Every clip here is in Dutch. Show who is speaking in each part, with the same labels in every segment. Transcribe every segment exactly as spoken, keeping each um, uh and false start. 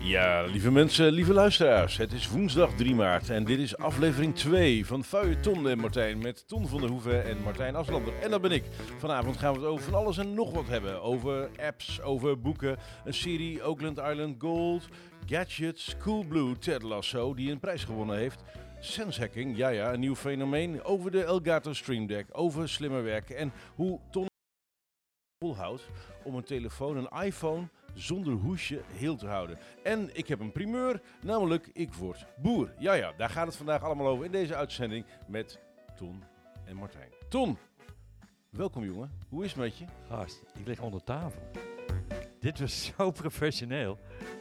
Speaker 1: Ja, lieve mensen, lieve luisteraars. Het is woensdag drie maart en dit is aflevering twee van Feuilleton en Martijn met Ton van der Hoeven en Martijn Aslander. En dat ben ik. Vanavond gaan we het over van alles en nog wat hebben. Over apps, over boeken, een serie Oakland Island Gold, gadgets, Coolblue, Ted Lasso die een prijs gewonnen heeft. Sense hacking, ja ja, een nieuw fenomeen. Over de Elgato Stream Deck, over slimmer werken en hoe Ton volhoudt om een telefoon, een iPhone, zonder hoesje heel te houden. En ik heb een primeur, namelijk ik word boer. Ja ja, daar gaat het vandaag allemaal over in deze uitzending met Ton en Martijn. Ton, welkom jongen. Hoe is het met je?
Speaker 2: Gast, ik lig onder tafel. Dit was zo professioneel.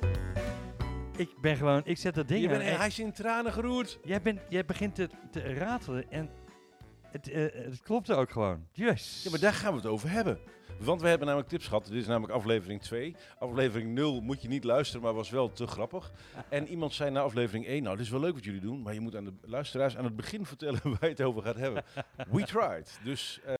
Speaker 2: Ik ben gewoon, ik zet dat ding
Speaker 1: Je
Speaker 2: aan.
Speaker 1: bent,
Speaker 2: en
Speaker 1: hij is in tranen geroerd.
Speaker 2: Jij, bent, jij begint te, te ratelen en het, uh, het klopt ook gewoon. Yes.
Speaker 1: Ja, maar daar gaan we het over hebben. Want we hebben namelijk tips gehad. Dit is namelijk aflevering twee. Aflevering nul moet je niet luisteren, maar was wel te grappig. En iemand zei na aflevering één, nou, dit is wel leuk wat jullie doen, maar je moet aan de luisteraars aan het begin vertellen waar je het over gaat hebben. We tried. Dus uh,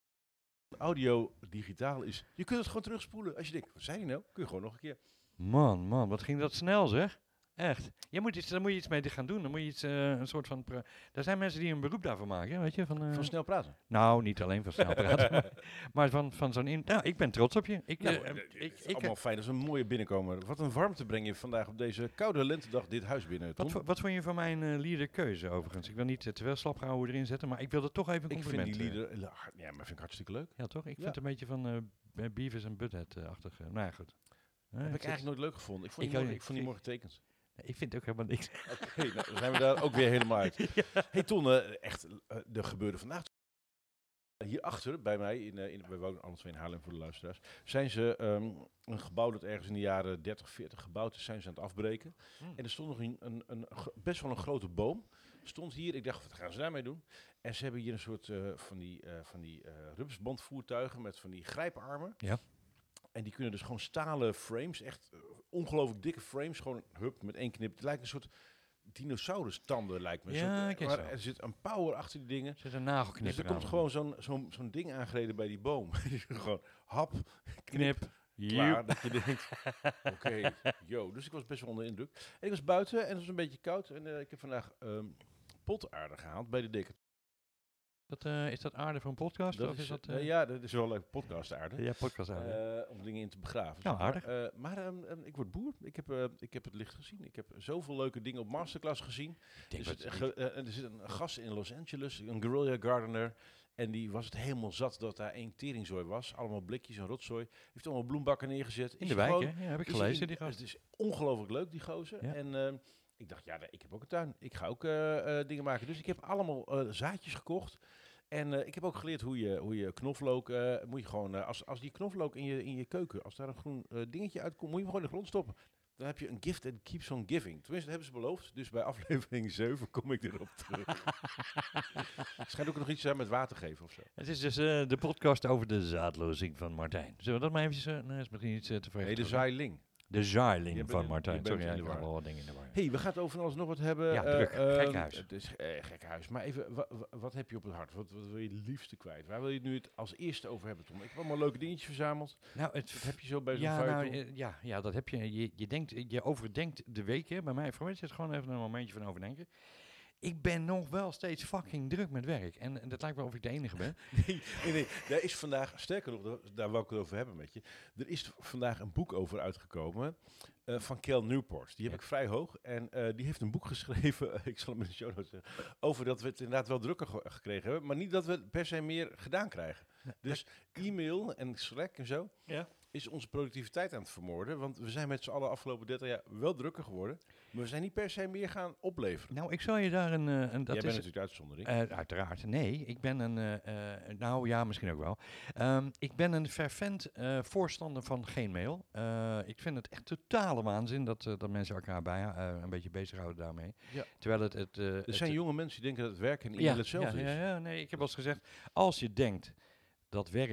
Speaker 1: audio digitaal is, je kunt het gewoon terugspoelen. Als je denkt, wat zei hij nou? Kun je gewoon nog een keer.
Speaker 2: Man, man, wat ging dat snel zeg. Echt. Je moet iets, daar moet je iets mee gaan doen. Dan moet je iets, uh, een soort van... Pra- er zijn mensen die een beroep daarvan maken, weet je. Van, uh,
Speaker 1: van snel praten.
Speaker 2: Nou, niet alleen van snel praten. maar van, van zo'n... In- nou, ik ben trots op je. Ik,
Speaker 1: Nou,
Speaker 2: uh,
Speaker 1: uh,
Speaker 2: ik,
Speaker 1: het is
Speaker 2: ik,
Speaker 1: allemaal fijn, dat is een mooie binnenkomen. Wat een warmte breng je vandaag op deze koude lentedag dit huis binnen, Tom.
Speaker 2: Wat, vo- wat vond je van mijn uh, liederkeuze overigens? Ik wil niet uh, te veel slapgehouden erin zetten, maar ik wilde toch even een
Speaker 1: Ik
Speaker 2: compliment.
Speaker 1: vind die
Speaker 2: uh,
Speaker 1: lieder, ja, maar vind ik hartstikke leuk.
Speaker 2: Ja, toch? Ik
Speaker 1: Ja.
Speaker 2: vind het een beetje van uh, Beavis en Butthead-achtig. Uh, nou ja, goed. Uh,
Speaker 1: Dat heb ik
Speaker 2: zit-
Speaker 1: eigenlijk nooit leuk gevonden. Ik vond
Speaker 2: Ik
Speaker 1: die
Speaker 2: ook
Speaker 1: mooi,
Speaker 2: niet.
Speaker 1: ik vond die mooi getekend.
Speaker 2: Ik vind ook helemaal niks.
Speaker 1: Oké, nou, dan zijn we daar ook weer helemaal uit. Hey Ton, uh, echt, uh, er gebeurde vandaag. Hierachter bij mij, in, uh, in, we wonen alle twee in Haarlem voor de luisteraars, zijn ze um, een gebouw dat ergens in de jaren dertig, veertig gebouwd is, zijn ze aan het afbreken.
Speaker 2: Hmm.
Speaker 1: En er stond nog een, een, een, een, best wel een grote boom. Stond hier, ik dacht, wat gaan ze daarmee doen? En ze hebben hier een soort uh, van die, uh, van die uh, rupsbandvoertuigen met van die grijparmen.
Speaker 2: Ja.
Speaker 1: En die kunnen dus gewoon stalen frames, echt uh, ongelooflijk dikke frames, gewoon hup met één knip. Het lijkt een soort dinosaurus-tanden, lijkt me.
Speaker 2: Ja,
Speaker 1: Zo,
Speaker 2: ik ken
Speaker 1: maar
Speaker 2: zo.
Speaker 1: er zit een power achter die dingen.
Speaker 2: Er zit een nagelknipper
Speaker 1: Dus er komt
Speaker 2: aan.
Speaker 1: gewoon zo'n zo'n zo'n ding aangereden bij die boom. Gewoon hap, knip,
Speaker 2: knip.
Speaker 1: klaar.
Speaker 2: Joep.
Speaker 1: Dat je denkt, oké, yo. Dus ik was best wel onder de indruk. En ik was buiten en het was een beetje koud. En uh, ik heb vandaag um, potaarde gehaald bij de dikke.
Speaker 2: Dat, uh, is dat aarde voor een podcast?
Speaker 1: Dat
Speaker 2: of
Speaker 1: is,
Speaker 2: is dat,
Speaker 1: uh,
Speaker 2: uh,
Speaker 1: ja, dat is wel een leuk podcast aarde.
Speaker 2: ja, podcast aarde.
Speaker 1: Uh, om dingen in te begraven.
Speaker 2: Nou,
Speaker 1: zeg maar.
Speaker 2: aardig.
Speaker 1: Uh, maar um, um, ik word boer. Ik heb, uh, ik heb het licht gezien. Ik heb zoveel leuke dingen op Masterclass gezien.
Speaker 2: Ik denk
Speaker 1: Er
Speaker 2: dat
Speaker 1: zit,
Speaker 2: ze
Speaker 1: ge, uh, er zit een gast in Los Angeles, een guerrilla gardener. En die was het helemaal zat dat daar één teringzooi was. Allemaal blikjes en rotzooi. Heeft allemaal bloembakken neergezet.
Speaker 2: in
Speaker 1: Is
Speaker 2: de
Speaker 1: hij
Speaker 2: wijk,
Speaker 1: gewoon-
Speaker 2: hè? Ja, heb ik
Speaker 1: is
Speaker 2: gelezen,
Speaker 1: hij-
Speaker 2: die gast.
Speaker 1: Het is ongelooflijk leuk, die gozer.
Speaker 2: Ja.
Speaker 1: En uh, ik dacht, ja, ik heb ook een tuin. Ik ga ook uh, uh, dingen maken. Dus ik heb allemaal uh, zaadjes gekocht. En uh, ik heb ook geleerd hoe je, hoe je knoflook, uh, moet je gewoon, uh, als, als die knoflook in je, in je keuken, als daar een groen uh, dingetje uitkomt, moet je hem gewoon in de grond stoppen. Dan heb je een gift that keeps on giving. Tenminste, dat hebben ze beloofd. Dus bij aflevering zeven kom ik erop terug. Het schijnt ook nog iets te zijn met water geven of zo.
Speaker 2: Het is dus uh, de podcast over de zaadlozing van Martijn. Zullen we dat maar eventjes... Uh, nee, is misschien iets uh, te ver.
Speaker 1: Nee, de zaailing.
Speaker 2: De
Speaker 1: Je
Speaker 2: zaailing
Speaker 1: bent
Speaker 2: van
Speaker 1: in-
Speaker 2: Martijn.
Speaker 1: je bent
Speaker 2: Sorry,
Speaker 1: in
Speaker 2: ja,
Speaker 1: de
Speaker 2: ik heb
Speaker 1: war.
Speaker 2: wel wat dingen in de war.
Speaker 1: Hey, we gaan het over alles nog wat hebben.
Speaker 2: Ja,
Speaker 1: Uh,
Speaker 2: druk.
Speaker 1: uh,
Speaker 2: Gekhuis.
Speaker 1: Het is uh, gekhuis. Maar even, wa, wa, wat heb je op het hart? Wat, wat wil je het liefste kwijt? Waar wil je het nu het als eerste over hebben, Tom? Ik heb allemaal leuke dingetjes verzameld.
Speaker 2: Nou, het,
Speaker 1: Wat heb je zo bij zo'n
Speaker 2: ja, nou,
Speaker 1: feuilleton?
Speaker 2: eh, ja, ja, dat heb je. Je, je, denkt, je overdenkt de week, hè. Bij mij, voor mij is het gewoon even een momentje van overdenken. Ik ben nog wel steeds fucking druk met werk. En, en dat lijkt wel of ik de enige ben.
Speaker 1: Nee, nee, nee. Er is vandaag, sterker nog, daar- daar wil ik het over hebben met je. Er is vandaag een boek over uitgekomen uh, van Cal Newport. Die heb
Speaker 2: Ja.
Speaker 1: ik vrij hoog. En uh, die heeft een boek geschreven, ik zal hem in de show notes zeggen, over dat we het inderdaad wel drukker ge- gekregen hebben. Maar niet dat we per se meer gedaan krijgen. Dus e-mail en Slack en zo
Speaker 2: Ja.
Speaker 1: is onze productiviteit aan het vermoorden. Want we zijn met z'n allen afgelopen dertig jaar wel drukker geworden. Maar we zijn niet per se meer gaan opleveren.
Speaker 2: Nou, ik zal je daar een... uh, een dat
Speaker 1: Jij bent
Speaker 2: is,
Speaker 1: natuurlijk de uitzondering.
Speaker 2: Uh, uiteraard. Nee, ik ben een... Uh, uh, nou ja, misschien ook wel. Um, ik ben een fervent uh, voorstander van geen mail. Uh, ik vind het echt totale waanzin dat, uh, dat mensen elkaar bij, uh, een beetje bezighouden daarmee.
Speaker 1: Ja.
Speaker 2: Terwijl het... het uh,
Speaker 1: Er
Speaker 2: het,
Speaker 1: zijn jonge mensen die denken dat het werk en e-mail
Speaker 2: ja,
Speaker 1: hetzelfde
Speaker 2: ja,
Speaker 1: is.
Speaker 2: ja, ja, nee, ik heb al eens gezegd, als je denkt dat werk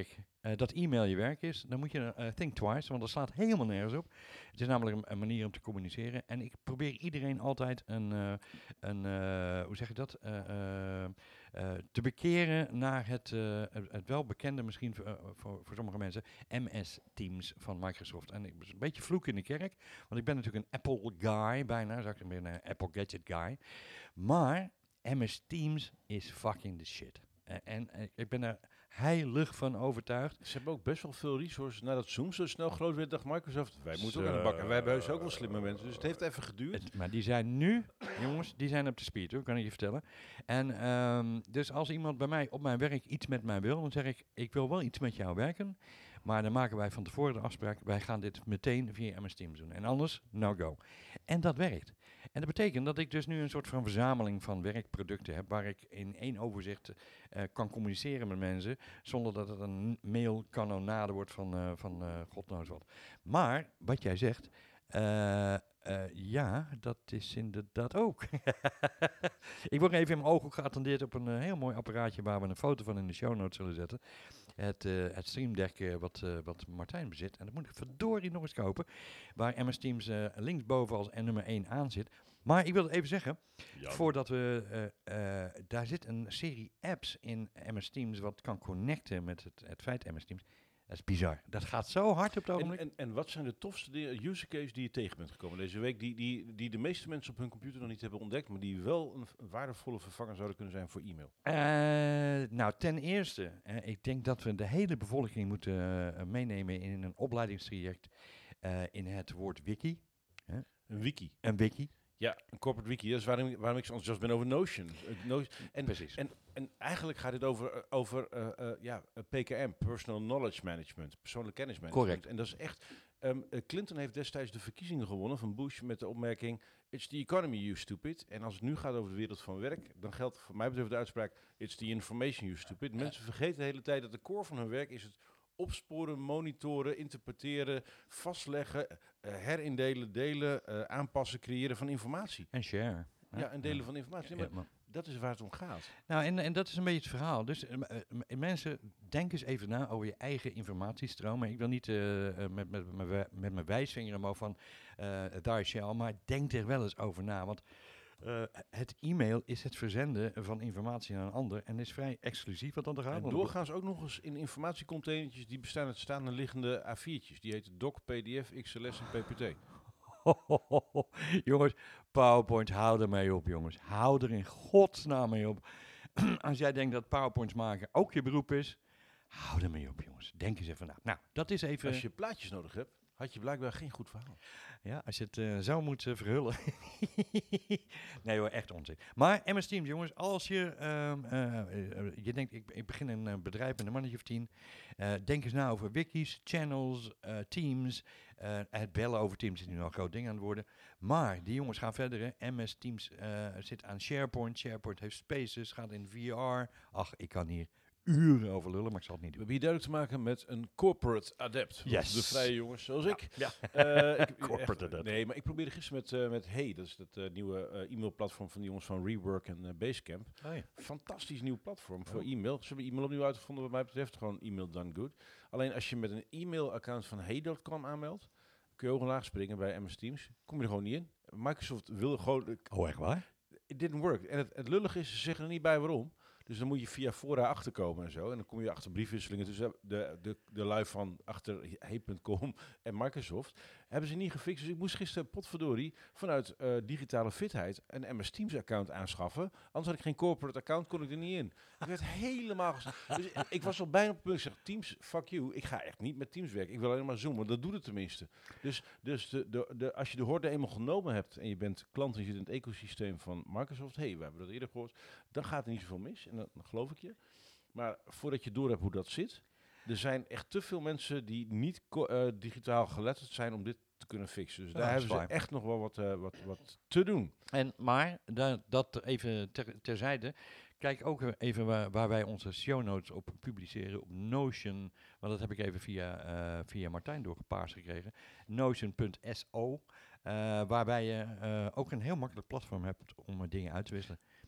Speaker 2: uh, dat e-mail je werk is, dan moet je uh, think twice, want dat slaat helemaal nergens op. Het is namelijk een, een manier om te communiceren. En ik probeer iedereen altijd een, uh, een uh, hoe zeg je dat, uh, uh, uh, te bekeren naar het, uh, het, het welbekende, misschien uh, voor, voor sommige mensen, M S Teams van Microsoft. En ik ben een beetje vloek in de kerk, want ik ben natuurlijk een Apple guy, bijna, zou ik ben een Apple gadget guy. Maar M S Teams is fucking the shit. Uh, en uh, ik ben er heilig van overtuigd.
Speaker 1: Ze hebben ook best wel veel resources. Nadat Zoom zo snel groot werd, dacht Microsoft, wij moeten ook aan de bak. En wij hebben heus ook wel slimme mensen. Dus het heeft even geduurd.
Speaker 2: Het, maar die zijn nu, jongens, die zijn op de speed, hoor, kan ik je vertellen. En um, dus als iemand bij mij op mijn werk iets met mij wil, dan zeg ik, ik wil wel iets met jou werken. Maar dan maken wij van tevoren de afspraak, wij gaan dit meteen via M S Teams doen. En anders, no go. En dat werkt. En dat betekent dat ik dus nu een soort van verzameling van werkproducten heb, waar ik in één overzicht uh, kan communiceren met mensen, zonder dat het een mailkanonade wordt van, uh, van uh, god knows wat. Maar, wat jij zegt, uh, uh, ja, dat is inderdaad ook. Ik word even in mijn ogen geattendeerd op een uh, heel mooi apparaatje waar we een foto van in de show notes zullen zetten. Het, uh, het Stream Deck uh, wat, uh, wat Martijn bezit. En dat moet ik verdorie nog eens kopen. Waar M S Teams uh, linksboven als en nummer één aan zit. Maar ik wil het even zeggen. Ja. Voordat we... Uh, uh, daar zit een serie apps in M S Teams wat kan connecten met het, het feit M S Teams. Dat is bizar. Dat gaat zo hard op het ogenblik.
Speaker 1: En, en, en wat zijn de tofste de use case die je tegen bent gekomen deze week? Die, die, die de meeste mensen op hun computer nog niet hebben ontdekt. Maar die wel een, een waardevolle vervanger zouden kunnen zijn voor e-mail.
Speaker 2: Uh, nou, ten eerste. Uh, ik denk dat we de hele bevolking moeten uh, meenemen in een opleidingstraject. Uh, in het woord wiki.
Speaker 1: Huh? Een wiki.
Speaker 2: Een wiki.
Speaker 1: Ja, een corporate wiki. Dat is waarom, waarom ik zo enthousiast ben over Notion. Uh, Notion. En,
Speaker 2: Precies.
Speaker 1: En, en eigenlijk gaat het over, uh, over uh, uh, ja, P K M, Personal Knowledge Management, persoonlijk kennismanagement.
Speaker 2: Correct.
Speaker 1: En dat is echt... Um, uh, Clinton heeft destijds de verkiezingen gewonnen van Bush met de opmerking, it's the economy, you stupid. En als het nu gaat over de wereld van werk, dan geldt voor mij betreft de uitspraak, it's the information, you stupid. Mensen vergeten de hele tijd dat de core van hun werk is het opsporen, monitoren, interpreteren, vastleggen, uh, herindelen, delen, uh, aanpassen, creëren van informatie.
Speaker 2: En share.
Speaker 1: Ja, ja en delen ja. van informatie. Nee, maar dat is waar het om gaat.
Speaker 2: Nou, en, en dat is een beetje het verhaal. Dus uh, uh, mensen, denk eens even na over je eigen informatiestroom. Ik wil niet uh, uh, met, met, met, met mijn wijsvinger omhoog van uh, daar is je al, maar denk er wel eens over na. Want uh, het e-mail is het verzenden van informatie aan een ander en is vrij exclusief wat dan er gaat.
Speaker 1: En doorgaans ook nog eens in informatiecontainertjes die bestaan uit staande liggende A viertjes. Die heten doc, P D F, X L S en P P T.
Speaker 2: Jongens, PowerPoint, hou ermee op, jongens. Hou er in godsnaam mee op. Als jij denkt dat PowerPoints maken ook je beroep is, hou ermee op, jongens. Denk eens even na. Nou, dat is even...
Speaker 1: Als je plaatjes nodig hebt, had je blijkbaar geen goed verhaal.
Speaker 2: Ja, als je het uh, zo moet uh, verhullen. Nee hoor, echt onzin. Maar M S Teams, jongens, als je, um, uh, uh, je denkt, ik, ik begin een uh, bedrijf met een mannetje of tien. Uh, denk eens na over wikis, channels, uh, teams. Uh, het bellen over Teams is nu al een groot ding aan het worden. Maar die jongens gaan verder. Hè. M S Teams uh, zit aan SharePoint. SharePoint heeft Spaces, gaat in V R. Ach, ik kan hier uren over lullen, maar ik zal het niet doen.
Speaker 1: We hebben hier duidelijk te maken met een corporate adept.
Speaker 2: Yes.
Speaker 1: De vrije jongens zoals
Speaker 2: ja.
Speaker 1: ik.
Speaker 2: Ja.
Speaker 1: Uh, ik
Speaker 2: corporate
Speaker 1: echt,
Speaker 2: adept.
Speaker 1: Nee, maar ik probeerde gisteren met, uh, met Hey, dat is het uh, nieuwe uh, e-mailplatform van de jongens van Rework en uh, Basecamp.
Speaker 2: Oh, ja.
Speaker 1: Fantastisch nieuw platform
Speaker 2: oh.
Speaker 1: voor e-mail. Ze hebben e-mail opnieuw uitgevonden wat mij betreft. Gewoon e-mail done good. Alleen als je met een e-mailaccount van hey punt com aanmeldt, kun je ook laag springen bij M S Teams. Kom je er gewoon niet in. Microsoft wil gewoon... Uh,
Speaker 2: oh, echt waar?
Speaker 1: It didn't work. En het, het lullig is, ze zeggen er niet bij waarom. Dus dan moet je via fora achterkomen en zo. En dan kom je achter briefwisselingen tussen de, de, de lui van achter hey punt com en Microsoft. Hebben ze niet gefixt. Dus ik moest gisteren potverdorie vanuit uh, digitale fitheid een M S Teams account aanschaffen. Anders had ik geen corporate account, kon ik er niet in. Ik werd helemaal... Dus ik, ik was al bijna op het punt. Ik zeg, Teams, fuck you. Ik ga echt niet met Teams werken. Ik wil alleen maar Zoom, want dat doet het tenminste. Dus, dus de, de, de, als je de horde eenmaal genomen hebt en je bent klant en je zit in het ecosysteem van Microsoft. Hé, hey, we hebben dat eerder gehoord. Dan gaat er niet zoveel mis. En dan, dan geloof ik je. Maar voordat je door hebt hoe dat zit, er zijn echt te veel mensen die niet co- uh, digitaal geletterd zijn om dit te kunnen fixen. Dus
Speaker 2: ja,
Speaker 1: daar hebben ze echt nog wel wat, uh, wat, wat te doen.
Speaker 2: En, maar, da, dat even ter, terzijde. Kijk ook even waar, waar wij onze show notes op publiceren op Notion. Want dat heb ik even via, uh, via Martijn doorgepaard gekregen. Notion punt S O. Uh, waarbij je uh, ook een heel makkelijk platform hebt om uh, dingen uit te wisselen.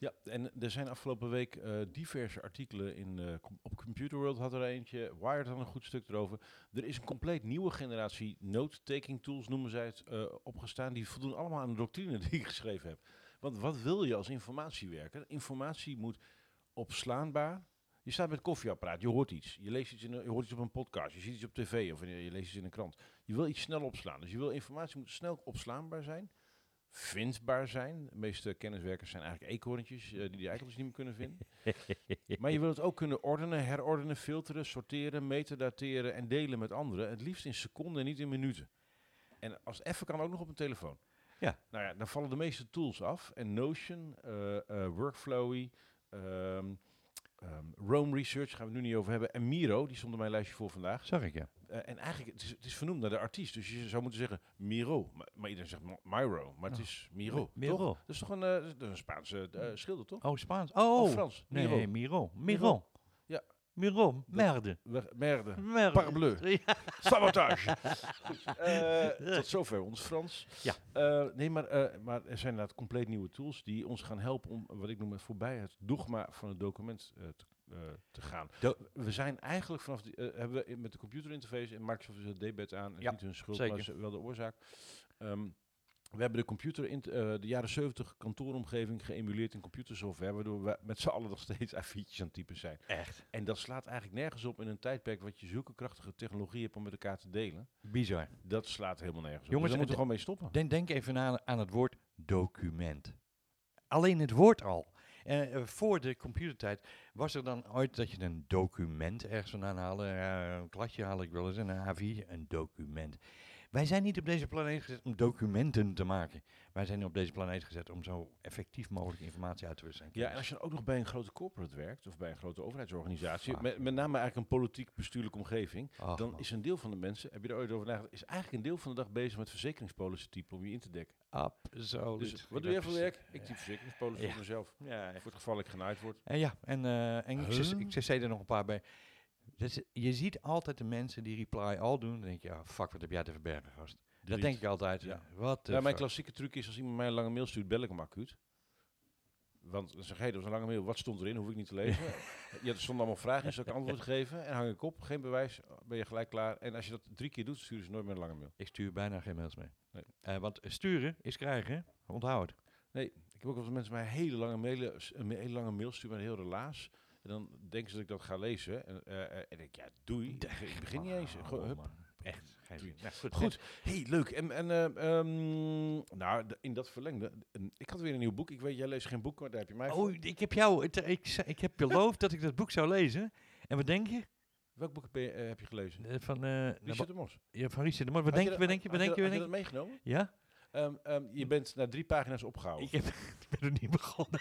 Speaker 1: Ja, en er zijn afgelopen week uh, diverse artikelen in, uh, com- op Computer World had er eentje, Wired had een goed stuk erover. Er is een compleet nieuwe generatie note-taking tools, noemen zij het, uh, opgestaan. Die voldoen allemaal aan de doctrine die ik geschreven heb. Want wat wil je als informatiewerker? Informatie moet opslaanbaar. Je staat met het koffieapparaat, je hoort iets. Je leest iets, in een, je hoort iets op een podcast, je ziet iets op tv of je, je leest iets in een krant. Je wil iets snel opslaan. Dus je wil informatie moet snel opslaanbaar zijn. Vindbaar zijn. De meeste kenniswerkers zijn eigenlijk eekhoorntjes uh, die die eikeltjes niet meer kunnen vinden. Maar je wil het ook kunnen ordenen, herordenen, filteren, sorteren, metadateren en delen met anderen. Het liefst in seconden en niet in minuten. En als het even kan ook nog op een telefoon.
Speaker 2: Ja.
Speaker 1: Nou ja, dan vallen de meeste tools af. En Notion, uh, uh, Workflowy, um, um, Rome Research, gaan we het nu niet over hebben. En Miro, die stond op mijn lijstje voor vandaag.
Speaker 2: Zag ik, ja.
Speaker 1: Uh, en eigenlijk, het is, het is vernoemd naar de artiest. Dus je zou moeten zeggen Miro. Maar, maar iedereen zegt M- Miro. Maar het is Miro.
Speaker 2: Miro.
Speaker 1: Toch? Dat is toch een, uh, dat is een Spaanse uh, schilder, toch?
Speaker 2: Oh, Spaans. Oh,
Speaker 1: Of Frans.
Speaker 2: nee,
Speaker 1: Miro.
Speaker 2: Miro. Miro.
Speaker 1: Miro. Ja.
Speaker 2: Miro. Merde.
Speaker 1: We- Merde.
Speaker 2: Merde.
Speaker 1: Parbleu.
Speaker 2: Ja.
Speaker 1: Sabotage. Goed. Uh, tot zover ons Frans.
Speaker 2: Ja.
Speaker 1: Uh, nee, maar, uh, maar er zijn inderdaad compleet nieuwe tools die ons gaan helpen om, wat ik noem, het voorbij het dogma van het document uh, te, uh, te gaan.
Speaker 2: Do-
Speaker 1: we zijn eigenlijk vanaf, die, uh, hebben we in- met de computerinterface, en Microsoft is het debet aan, het is
Speaker 2: Ja,
Speaker 1: niet hun schuld,
Speaker 2: zeker.
Speaker 1: maar is wel de oorzaak. Um, we hebben de computer in t- uh, de jaren zeventig kantooromgeving geëmuleerd in computersoftware, waardoor we met z'n allen nog steeds A viertjes aan het typen zijn.
Speaker 2: Echt.
Speaker 1: En dat slaat eigenlijk nergens op in een tijdperk wat je zulke krachtige technologie hebt om met elkaar te delen.
Speaker 2: Bizar.
Speaker 1: Dat slaat helemaal nergens op.
Speaker 2: Jongens,
Speaker 1: Dus daar moeten we
Speaker 2: het-
Speaker 1: gewoon mee stoppen.
Speaker 2: Denk, denk even aan, aan het woord document. Alleen het woord al. Uh, uh, voor de computertijd was er dan ooit dat je een document ergens vandaan haalde. Uh, een kladje haal ik wel eens, een A vier, een document. Wij zijn niet op deze planeet gezet om documenten te maken. Wij zijn op deze planeet gezet om zo effectief mogelijk informatie uit te wisselen.
Speaker 1: Ja, en als je dan ook nog bij een grote corporate werkt, of bij een grote overheidsorganisatie,
Speaker 2: Ach.
Speaker 1: met, met name eigenlijk een politiek bestuurlijke omgeving,
Speaker 2: Ach,
Speaker 1: dan
Speaker 2: man.
Speaker 1: is een deel van de mensen, heb je er ooit over nagedacht, is eigenlijk een deel van de dag bezig met verzekeringspolissen typen om je in te dekken.
Speaker 2: Absoluut.
Speaker 1: Dus wat doe jij voor werk? Ik typ verzekeringspolissen
Speaker 2: Ja.
Speaker 1: voor mezelf.
Speaker 2: Ja,
Speaker 1: Voor het geval ik genaaid word.
Speaker 2: en ja, en, uh, en ik,
Speaker 1: Huh?
Speaker 2: c- ik cc er nog een paar bij. Dus je ziet altijd de mensen die reply all doen. Dan denk je, ja, fuck, wat heb jij te verbergen, gast. Dat
Speaker 1: Delete.
Speaker 2: denk ik altijd.
Speaker 1: Ja.
Speaker 2: Ja. Wat de
Speaker 1: Ja, mijn
Speaker 2: fuck.
Speaker 1: klassieke truc is als iemand mij een lange mail stuurt, bel ik hem acuut. Want dan zeg je, hey, dat was een lange mail, wat stond erin, hoef ik niet te lezen. Ja, er stonden allemaal vragen in, zal ik antwoord geven. En hang ik op, geen bewijs, ben je gelijk klaar. En als je dat drie keer doet, sturen ze nooit meer een lange mail.
Speaker 2: Ik stuur bijna geen mails mee.
Speaker 1: Nee.
Speaker 2: Uh, want sturen is krijgen, hè? Onthoud het.
Speaker 1: Nee, ik heb ook wel eens mensen mij hele lange, mailen, een hele lange mail sturen met een heel relaas. En dan denken ze dat ik dat ga lezen. En, uh, uh, en ik denk, ja, doei. Ik begin, ik begin niet eens.
Speaker 2: Oh,
Speaker 1: Gewoon, hup.
Speaker 2: man. Echt, geen
Speaker 1: Doei.
Speaker 2: zin. Nou, goed.
Speaker 1: Goed, hey, leuk. En, en uh, um, nou, d- in dat verlengde, een, ik had weer een nieuw boek. Ik weet, jij leest geen boek, maar daar heb je mij voor.
Speaker 2: Oh, ik heb jou, het, ik, ze- ik heb beloofd dat ik dat boek zou lezen. En wat denk je?
Speaker 1: Welk boek heb je, uh, heb je gelezen?
Speaker 2: Uh, van, uh,
Speaker 1: Richard de Mos.
Speaker 2: ja, van Richard de Mos. Wat
Speaker 1: Had
Speaker 2: denk je,
Speaker 1: dat-
Speaker 2: wat denk je, wat
Speaker 1: had
Speaker 2: denk je, wat
Speaker 1: had
Speaker 2: denk
Speaker 1: je
Speaker 2: je?
Speaker 1: dat meegenomen?
Speaker 2: Ja?
Speaker 1: Um, um, je bent naar drie pagina's opgehouden.
Speaker 2: Ik, heb, ik ben er niet begonnen.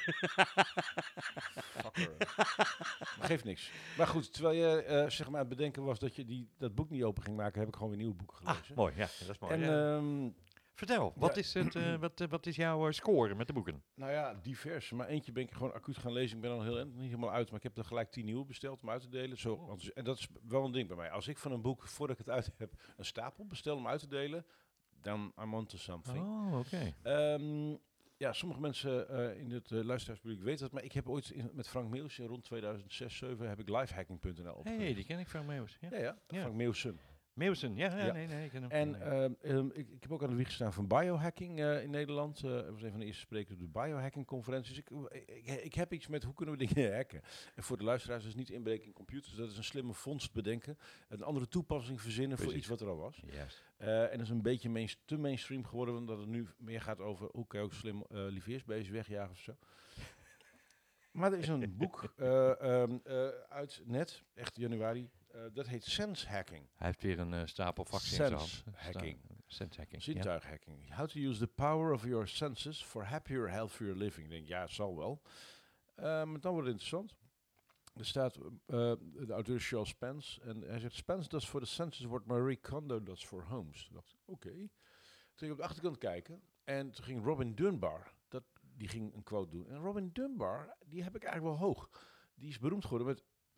Speaker 1: Fucker. Maar geeft niks. Maar goed, terwijl je uh, zeg maar aan het bedenken was dat je die, dat boek niet open ging maken, heb ik gewoon weer nieuwe boeken gelezen.
Speaker 2: Ah, mooi, ja, dat is mooi.
Speaker 1: en
Speaker 2: Ja.
Speaker 1: um,
Speaker 2: Vertel, wat,
Speaker 1: ja.
Speaker 2: is het, uh, wat, uh, wat is jouw uh, score met de boeken?
Speaker 1: nou ja, divers. Maar eentje ben ik gewoon acuut gaan lezen. Ik ben al heel niet helemaal uit, maar ik heb er gelijk tien nieuwe besteld om uit te delen. Zo,
Speaker 2: Oh.
Speaker 1: want, en dat is wel een ding bij mij. Als ik van een boek, voordat ik het uit heb, een stapel bestel om uit te delen, dan I'm on to something.
Speaker 2: Oh, oké.
Speaker 1: Okay. Um, ja, sommige mensen uh, in het uh, luisteraarspubliek weten dat, maar ik heb ooit in, met Frank Meeuwsen rond tweeduizend zes, zeven heb ik lifehacking punt n l opgericht.
Speaker 2: Hey, die ken ik van Meeuws. Ja.
Speaker 1: Ja, ja,
Speaker 2: Ja.
Speaker 1: Frank Meeuwsen.
Speaker 2: Meeuwsen, ja, ja,
Speaker 1: Ja.
Speaker 2: nee, nee, ik ken hem.
Speaker 1: En
Speaker 2: Nee.
Speaker 1: um, um, ik, ik heb ook aan de wieg gestaan van biohacking uh, in Nederland. Uh, ik was een van de eerste sprekers op de biohacking conferentie. Dus ik, ik, ik heb iets met hoe kunnen we dingen hacken. En voor de luisteraars is niet inbreken in computers. Dat is een slimme vondst bedenken. Een andere toepassing verzinnen voor
Speaker 2: Precies.
Speaker 1: iets wat er al was.
Speaker 2: Juist.
Speaker 1: Uh, en dat is een beetje main, te mainstream geworden. Omdat het nu meer gaat over hoe kan je ook slim uh, lieveheersbeestjes wegjagen of zo. Maar er is een boek uh, um, uh, uit net, echt januari. Uh, dat heet Sense Hacking.
Speaker 2: Hij heeft weer een uh, stapel vaccins in zijn hand.
Speaker 1: Sense hacking.
Speaker 2: Sta- Sense hacking. Ja.
Speaker 1: Zintuighacking. How to use the power of your senses for happier, healthier living. Ik denk, ja, het zal wel. Uh, maar dan wordt het interessant. Er staat, uh, de auteur is Charles Spence. En hij zegt, Spence does for the senses what Marie Kondo does for homes. Toen dacht ik, oké. Okay. Toen ging ik op de achterkant kijken. En toen ging Robin Dunbar, dat, die ging een quote doen. En Robin Dunbar, die heb ik eigenlijk wel hoog. Die is beroemd geworden met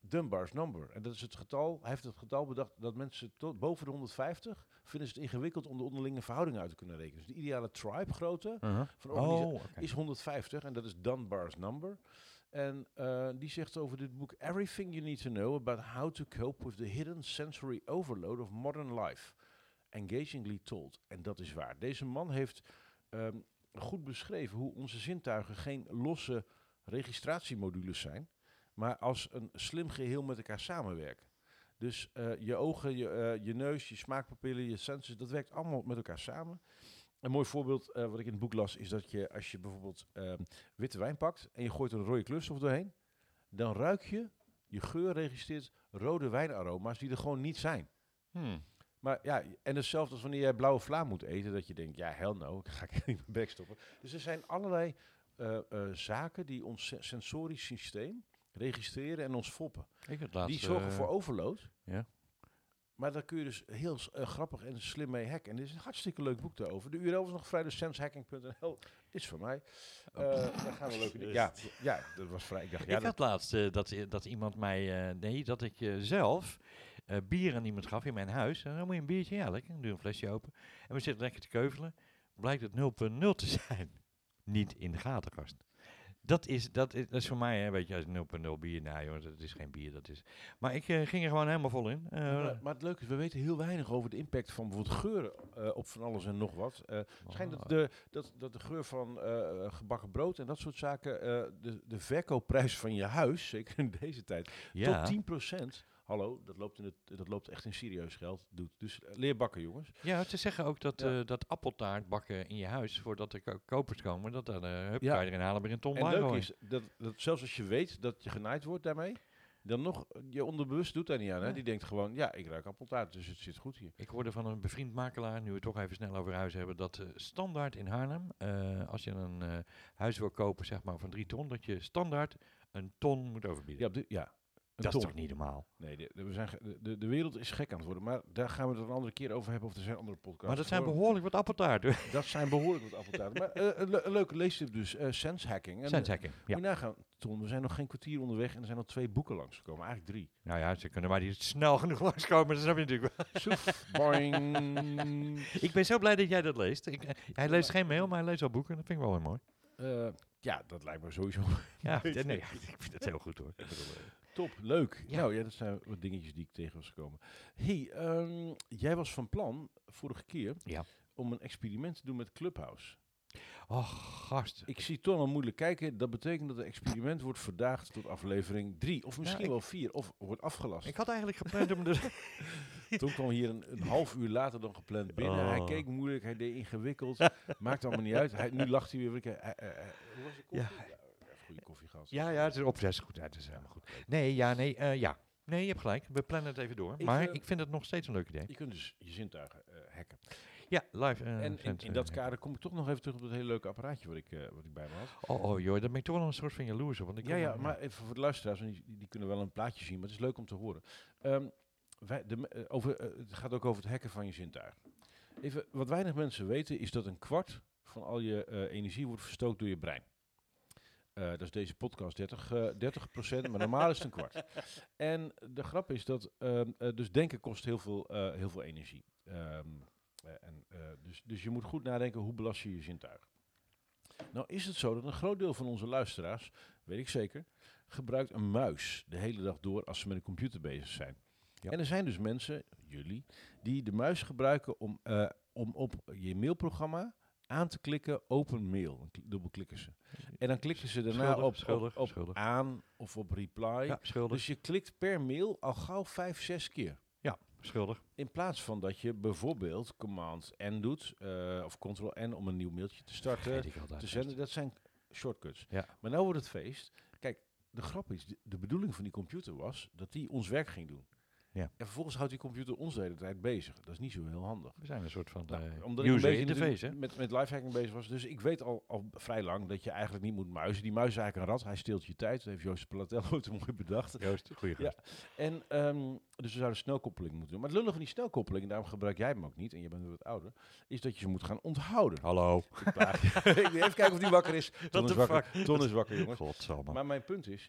Speaker 1: Dunbar's number. En dat is het getal, hij heeft het getal bedacht dat mensen tot boven de honderdvijftig vinden ze het ingewikkeld om de onderlinge verhoudingen uit te kunnen rekenen. Dus de ideale tribe grootte
Speaker 2: Uh-huh.
Speaker 1: van organisatie
Speaker 2: Oh, oké.
Speaker 1: is honderdvijftig en dat is Dunbar's number. En uh, die zegt over dit boek: Everything you need to know about how to cope with the hidden sensory overload of modern life. Engagingly told. En dat is waar. Deze man heeft um, goed beschreven hoe onze zintuigen geen losse registratiemodules zijn, maar als een slim geheel met elkaar samenwerken. Dus uh, je ogen, je, uh, je neus, je smaakpapillen, je senses, dat werkt allemaal met elkaar samen. Een mooi voorbeeld uh, wat ik in het boek las is dat je, als je bijvoorbeeld uh, witte wijn pakt en je gooit er een rode kleurstof doorheen, dan ruik je, je geur registreert rode wijnaroma's die er gewoon niet zijn.
Speaker 2: Hmm.
Speaker 1: Maar ja, en hetzelfde als wanneer jij blauwe vla moet eten, dat je denkt, ja, hell no, ik ga ik in mijn bek stoppen. Dus er zijn allerlei uh, uh, zaken die ons se- sensorisch systeem registreren en ons foppen.
Speaker 2: Ik het laatste,
Speaker 1: Die zorgen
Speaker 2: uh,
Speaker 1: voor overload.
Speaker 2: Ja.
Speaker 1: Maar daar kun je dus heel uh, grappig en slim mee hacken. En dit is een hartstikke leuk boek daarover. De U R L is nog vrij, dus sensehacking punt n l is voor mij. Uh,
Speaker 2: Oh.
Speaker 1: daar gaan we leuke dingen. Ja, ja, dat was vrij. Ik dacht, ja,
Speaker 2: ik
Speaker 1: dat,
Speaker 2: had laatst uh, dat, dat iemand mij, uh, nee, dat ik uh, zelf uh, bier aan iemand gaf in mijn huis. En dan moet je een biertje, ja lekker, dan doe je een flesje open. En we zitten lekker te keuvelen. Blijkt het nul punt nul te zijn. Niet in de gatenkast. Dat is, dat is, dat is voor mij, hè, weet je, als nul punt nul bier, nou jongens, dat is geen bier, dat is... Maar ik uh, ging er gewoon helemaal vol in. Uh,
Speaker 1: maar, maar het leuke is, we weten heel weinig over de impact van bijvoorbeeld geuren uh, op van alles en nog wat. Uh, het schijnt dat de, dat, dat de geur van uh, gebakken brood en dat soort zaken uh, de, de verkoopprijs van je huis, zeker in deze tijd,
Speaker 2: ja.
Speaker 1: tot tien procent... Hallo, dat loopt, in het, dat loopt echt in serieus geld. Doet. Dus uh, leer bakken, jongens.
Speaker 2: Ja, ze zeggen ook dat,
Speaker 1: Ja.
Speaker 2: uh, dat appeltaart bakken in je huis, voordat er ko- kopers komen, dat dan uh, hup,
Speaker 1: Ja.
Speaker 2: kan je erin halen bij een ton
Speaker 1: En
Speaker 2: bij
Speaker 1: leuk
Speaker 2: gooien.
Speaker 1: is, dat, dat zelfs als je weet dat je genaaid wordt daarmee, dan nog, je onderbewust doet daar niet aan. Hè?
Speaker 2: Ja.
Speaker 1: Die denkt gewoon, ja, ik ruik appeltaart, dus het zit goed hier.
Speaker 2: Ik hoorde van een bevriend makelaar, nu we het toch even snel over huis hebben, dat uh, standaard in Haarlem, uh, als je een uh, huis wil kopen zeg maar van drie ton, dat je standaard een ton moet overbieden.
Speaker 1: Ja, op dit- ja. Een
Speaker 2: dat
Speaker 1: ton.
Speaker 2: is toch niet normaal?
Speaker 1: Nee, de, de, we zijn, ge- de, de wereld is gek aan het worden, maar daar gaan we het een andere keer over hebben, of er zijn andere podcasts.
Speaker 2: Maar dat zijn
Speaker 1: Gewoon-
Speaker 2: behoorlijk wat appeltaart hoor.
Speaker 1: dat zijn behoorlijk wat appeltaarten. Maar uh, een, le- een leuke leestip dus, uh, sense hacking. En,
Speaker 2: Sense hacking,
Speaker 1: uh,
Speaker 2: ja.
Speaker 1: Moet je nagaan, Ton, we zijn nog geen kwartier onderweg en er zijn al twee boeken langsgekomen, eigenlijk drie.
Speaker 2: Nou ja, ze kunnen maar niet snel genoeg langskomen, dat snap je natuurlijk wel.
Speaker 1: Soef, boing.
Speaker 2: Ik ben zo blij dat jij dat leest. Ik, uh, hij leest geen mail, maar hij leest wel boeken. Dat vind ik wel heel mooi.
Speaker 1: Uh, ja, dat lijkt me sowieso
Speaker 2: Ja,
Speaker 1: Weet
Speaker 2: nee,
Speaker 1: ik.
Speaker 2: ik vind het heel goed hoor. Ik bedoel, uh,
Speaker 1: top, leuk.
Speaker 2: Ja.
Speaker 1: Nou ja, dat zijn wat dingetjes die ik tegen was gekomen. Hey, um, jij was van plan, vorige keer,
Speaker 2: Ja.
Speaker 1: om een experiment te doen met Clubhouse.
Speaker 2: Och, gast.
Speaker 1: Ik zie Ton al moeilijk kijken. Dat betekent dat het experiment wordt verdaagd tot aflevering drie. Of misschien
Speaker 2: ik-
Speaker 1: wel vier. Of wordt afgelast.
Speaker 2: Ik had eigenlijk gepland om de...
Speaker 1: Toen kwam hier een, een half uur later dan gepland binnen.
Speaker 2: Oh.
Speaker 1: Hij keek moeilijk, hij deed ingewikkeld. Maakt allemaal niet uit. Hij, nu lacht hij weer. Hij, hij, hij, hij- hoe was de koffie?
Speaker 2: Ja.
Speaker 1: Ja, hij heeft goede koffie gehad.
Speaker 2: Ja, ja, het is op zes goed. Ja, het is helemaal goed. Nee, ja, nee, uh, ja. Nee, je hebt gelijk. We plannen het even door.
Speaker 1: Ik,
Speaker 2: maar
Speaker 1: uh,
Speaker 2: ik vind het nog steeds een leuk idee.
Speaker 1: Je kunt dus je zintuigen uh, hacken.
Speaker 2: Ja, live. Uh,
Speaker 1: en in,
Speaker 2: cent,
Speaker 1: in
Speaker 2: uh,
Speaker 1: dat
Speaker 2: ja.
Speaker 1: kader kom ik toch nog even terug op dat hele leuke apparaatje wat ik, uh, wat ik bij me had.
Speaker 2: Oh, oh joh, daar ben ik toch wel een soort van jaloers op. Want ik
Speaker 1: Ja,
Speaker 2: kan-
Speaker 1: ja, maar even voor de luisteraars, want die, die kunnen wel een plaatje zien, maar het is leuk om te horen. Um, wij, de, uh, over, uh, het gaat ook over het hacken van je zintuigen. Even, wat weinig mensen weten is dat een kwart van al je uh, energie wordt verstookt door je brein. Uh, dat is deze podcast dertig, uh, dertig procent, maar normaal is het een kwart. En de grap is dat, um, uh, dus denken kost heel veel, uh, heel veel energie. Um, uh, en, uh, dus, dus je moet goed nadenken, hoe belast je je zintuigen? Nou is het zo dat een groot deel van onze luisteraars, weet ik zeker, gebruikt een muis de hele dag door als ze met een computer bezig zijn.
Speaker 2: Ja.
Speaker 1: En er zijn dus mensen, jullie, die de muis gebruiken om, uh, om op je mailprogramma aan te klikken open mail. Dan kli- dubbelklikken ze. En dan klikken ze daarna
Speaker 2: Schuldig,
Speaker 1: op,
Speaker 2: schuldig,
Speaker 1: op, op
Speaker 2: schuldig.
Speaker 1: aan of op reply.
Speaker 2: Ja, schuldig.
Speaker 1: Dus je klikt per mail al gauw vijf, zes keer.
Speaker 2: Ja, schuldig.
Speaker 1: In plaats van dat je bijvoorbeeld Command-N doet, uh, of Ctrl-N om een nieuw mailtje te starten,
Speaker 2: Vergeet ik altijd
Speaker 1: te
Speaker 2: best.
Speaker 1: zenden. Dat zijn shortcuts.
Speaker 2: Ja.
Speaker 1: Maar nou wordt het feest. Kijk, de grap is, de, de bedoeling van die computer was dat die ons werk ging doen.
Speaker 2: Ja.
Speaker 1: En vervolgens houdt die computer ons de hele tijd bezig. Dat is niet zo heel handig.
Speaker 2: We zijn een soort van
Speaker 1: Nou,
Speaker 2: uh,
Speaker 1: omdat ik een
Speaker 2: user
Speaker 1: beetje
Speaker 2: interface, hè?
Speaker 1: natuurlijk met, met lifehacking bezig was. Dus ik weet al, al vrij lang dat je eigenlijk niet moet muizen. Die muis is eigenlijk een rat. Hij steelt je tijd. Dat heeft Joost Platel ooit mooi bedacht.
Speaker 2: Joost, goeie
Speaker 1: Ja.
Speaker 2: gast.
Speaker 1: En um, dus we zouden snelkoppeling moeten doen. Maar het lullige van die snelkoppeling, en daarom gebruik jij hem ook niet, en je bent weer wat ouder, is dat je ze moet gaan onthouden.
Speaker 2: Hallo.
Speaker 1: Ik plaag je. Even kijken of die wakker is. Ton
Speaker 2: What
Speaker 1: is
Speaker 2: the
Speaker 1: wakker.
Speaker 2: fuck?
Speaker 1: Ton is wakker, jongens.
Speaker 2: Godsamme.
Speaker 1: Maar mijn punt is,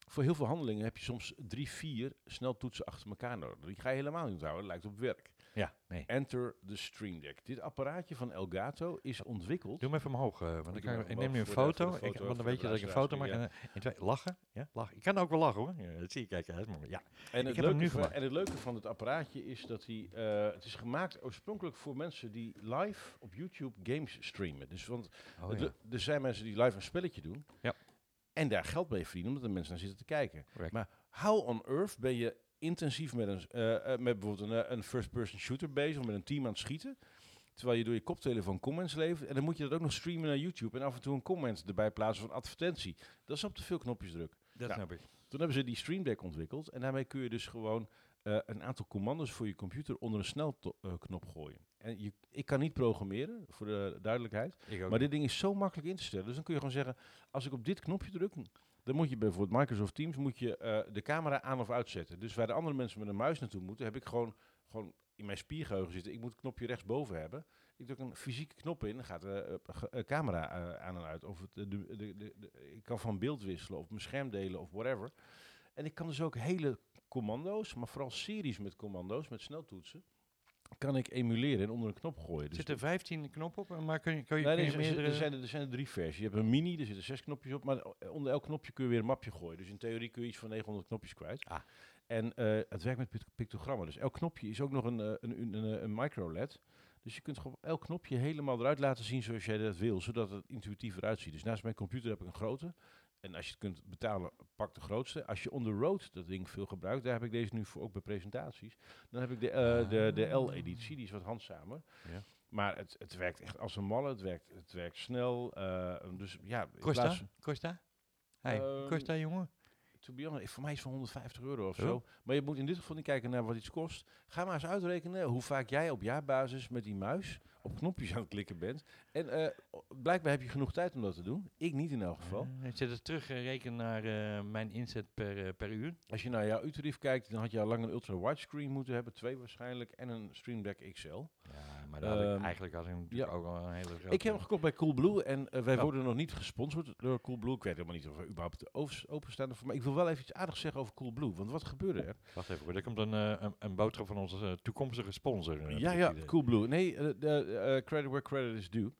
Speaker 1: voor heel veel handelingen heb je soms drie, vier sneltoetsen achter elkaar nodig. Die ga je helemaal niet onthouden, dat lijkt op werk.
Speaker 2: Ja, nee.
Speaker 1: Enter de Stream Deck. Dit apparaatje van Elgato is ontwikkeld.
Speaker 2: Doe hem even omhoog, uh, want
Speaker 1: Ik
Speaker 2: ik,
Speaker 1: doe
Speaker 2: kan,
Speaker 1: hem
Speaker 2: ik neem nu een
Speaker 1: omhoog voor de-
Speaker 2: foto,
Speaker 1: voor de
Speaker 2: ik,
Speaker 1: foto,
Speaker 2: want dan
Speaker 1: voor
Speaker 2: weet
Speaker 1: de
Speaker 2: je dat ik een foto maak.
Speaker 1: luisteraars,
Speaker 2: En, uh, in twee, lachen? Ja, lachen. Ik kan ook wel lachen hoor. Ja, dat zie je, kijk, dat is mooi. Ja.
Speaker 1: En het,
Speaker 2: heb hem nu
Speaker 1: leuke van,
Speaker 2: gemaakt.
Speaker 1: en het leuke van het apparaatje is dat hij... eh, het is gemaakt oorspronkelijk voor mensen die live op YouTube games streamen. Dus want
Speaker 2: Oh,
Speaker 1: het
Speaker 2: ja.
Speaker 1: lu- er zijn mensen die live een spelletje doen.
Speaker 2: Ja.
Speaker 1: En daar geld mee verdienen, omdat er mensen naar zitten te kijken.
Speaker 2: Correct.
Speaker 1: Maar how on earth ben je intensief met een, eh, eh, met bijvoorbeeld een, eh, een first-person shooter bezig, of met een team aan het schieten, terwijl je door je koptelefoon comments levert, en dan moet je dat ook nog streamen naar YouTube en af en toe een comment erbij plaatsen van advertentie. Dat is op te veel knopjes druk.
Speaker 2: Dat
Speaker 1: Ja.
Speaker 2: snap ik.
Speaker 1: Toen hebben ze die Stream Deck ontwikkeld en daarmee kun je dus gewoon eh, een aantal commando's voor je computer onder een snelknop gooien. En je, ik kan niet programmeren, voor de duidelijkheid,
Speaker 2: Ik ook
Speaker 1: maar dit
Speaker 2: niet.
Speaker 1: ding is zo makkelijk in te stellen. Dus dan kun je gewoon zeggen, als ik op dit knopje druk, dan moet je bijvoorbeeld Microsoft Teams moet je eh, de camera aan of uitzetten. Dus waar de andere mensen met een muis naartoe moeten, heb ik gewoon, gewoon in mijn spiergeheugen zitten. Ik moet het knopje rechtsboven hebben. Ik druk een fysieke knop in, dan gaat de uh, ge- uh, camera uh, aan en uit. Of het, de, de, de, de, de- ik kan van beeld wisselen, of mijn scherm delen, of whatever. En ik kan dus ook hele commando's, maar vooral series met commando's, met sneltoetsen, kan ik emuleren en onder een knop gooien.
Speaker 2: Er
Speaker 1: Dus
Speaker 2: zitten vijftien knoppen op, maar kun je, kun je,
Speaker 1: Nee,
Speaker 2: kun
Speaker 1: nee,
Speaker 2: je
Speaker 1: er, zijn-
Speaker 2: meerdere...
Speaker 1: er, zijn, er, er zijn er drie versies. Je hebt een mini, er zitten zes knopjes op, maar eh, onder elk knopje kun je weer een mapje gooien. Dus in theorie kun je iets van negenhonderd knopjes kwijt.
Speaker 2: Ah.
Speaker 1: En eh, het werkt met pict- pictogrammen. Dus elk knopje is ook nog een, eh, een, een, een, een micro-L E D. Dus je kunt gewoon elk knopje helemaal eruit laten zien zoals jij dat wil, zodat het intuïtief eruit ziet. Dus naast mijn computer heb ik een grote. En als je het kunt betalen, pak de grootste. Als je on the road dat ding veel gebruikt, daar heb ik deze nu voor ook bij presentaties. Dan heb ik de, eh, de, de L-editie, die is wat handzamer.
Speaker 2: Ja.
Speaker 1: Maar het, het werkt echt als een malle, het werkt, het werkt snel. eh, dus ja, in
Speaker 2: Costa?
Speaker 1: plaats-
Speaker 2: Costa? Hey,
Speaker 1: Ehm,
Speaker 2: Costa, jongen?
Speaker 1: to be honest, voor mij is het van honderdvijftig euro of
Speaker 2: Oh.
Speaker 1: zo. Maar je moet in dit geval niet kijken naar wat iets kost. Ga maar eens uitrekenen hoe vaak jij op jaarbasis met die muis op knopjes aan het klikken bent. En eh, blijkbaar heb je genoeg tijd om dat te doen. Ik niet in elk geval.
Speaker 2: Uh, zit het teruggerekend naar uh, mijn inzet per, uh, per uur?
Speaker 1: Als je naar jouw uurtarief kijkt, dan had je al lang een ultra-widescreen moeten hebben. Twee waarschijnlijk. En een Stream Deck X L.
Speaker 2: Ja, maar daar had ik
Speaker 1: Ehm,
Speaker 2: eigenlijk had ik natuurlijk
Speaker 1: ja.
Speaker 2: ook al een hele grote...
Speaker 1: Ik heb hem gekocht bij Coolblue en uh, wij
Speaker 2: Oh.
Speaker 1: worden nog niet gesponsord door Coolblue. Ik weet helemaal niet of we überhaupt over- openstaan ervoor. Maar ik wil wel even iets aardigs zeggen over Coolblue. Want wat gebeurde er?
Speaker 2: Wacht even, hoor. Er komt een, uh, een, een boodschap van onze uh, toekomstige sponsor. Uh,
Speaker 1: Ja, ja, Coolblue. Nee, uh, de, uh, credit where credit is due.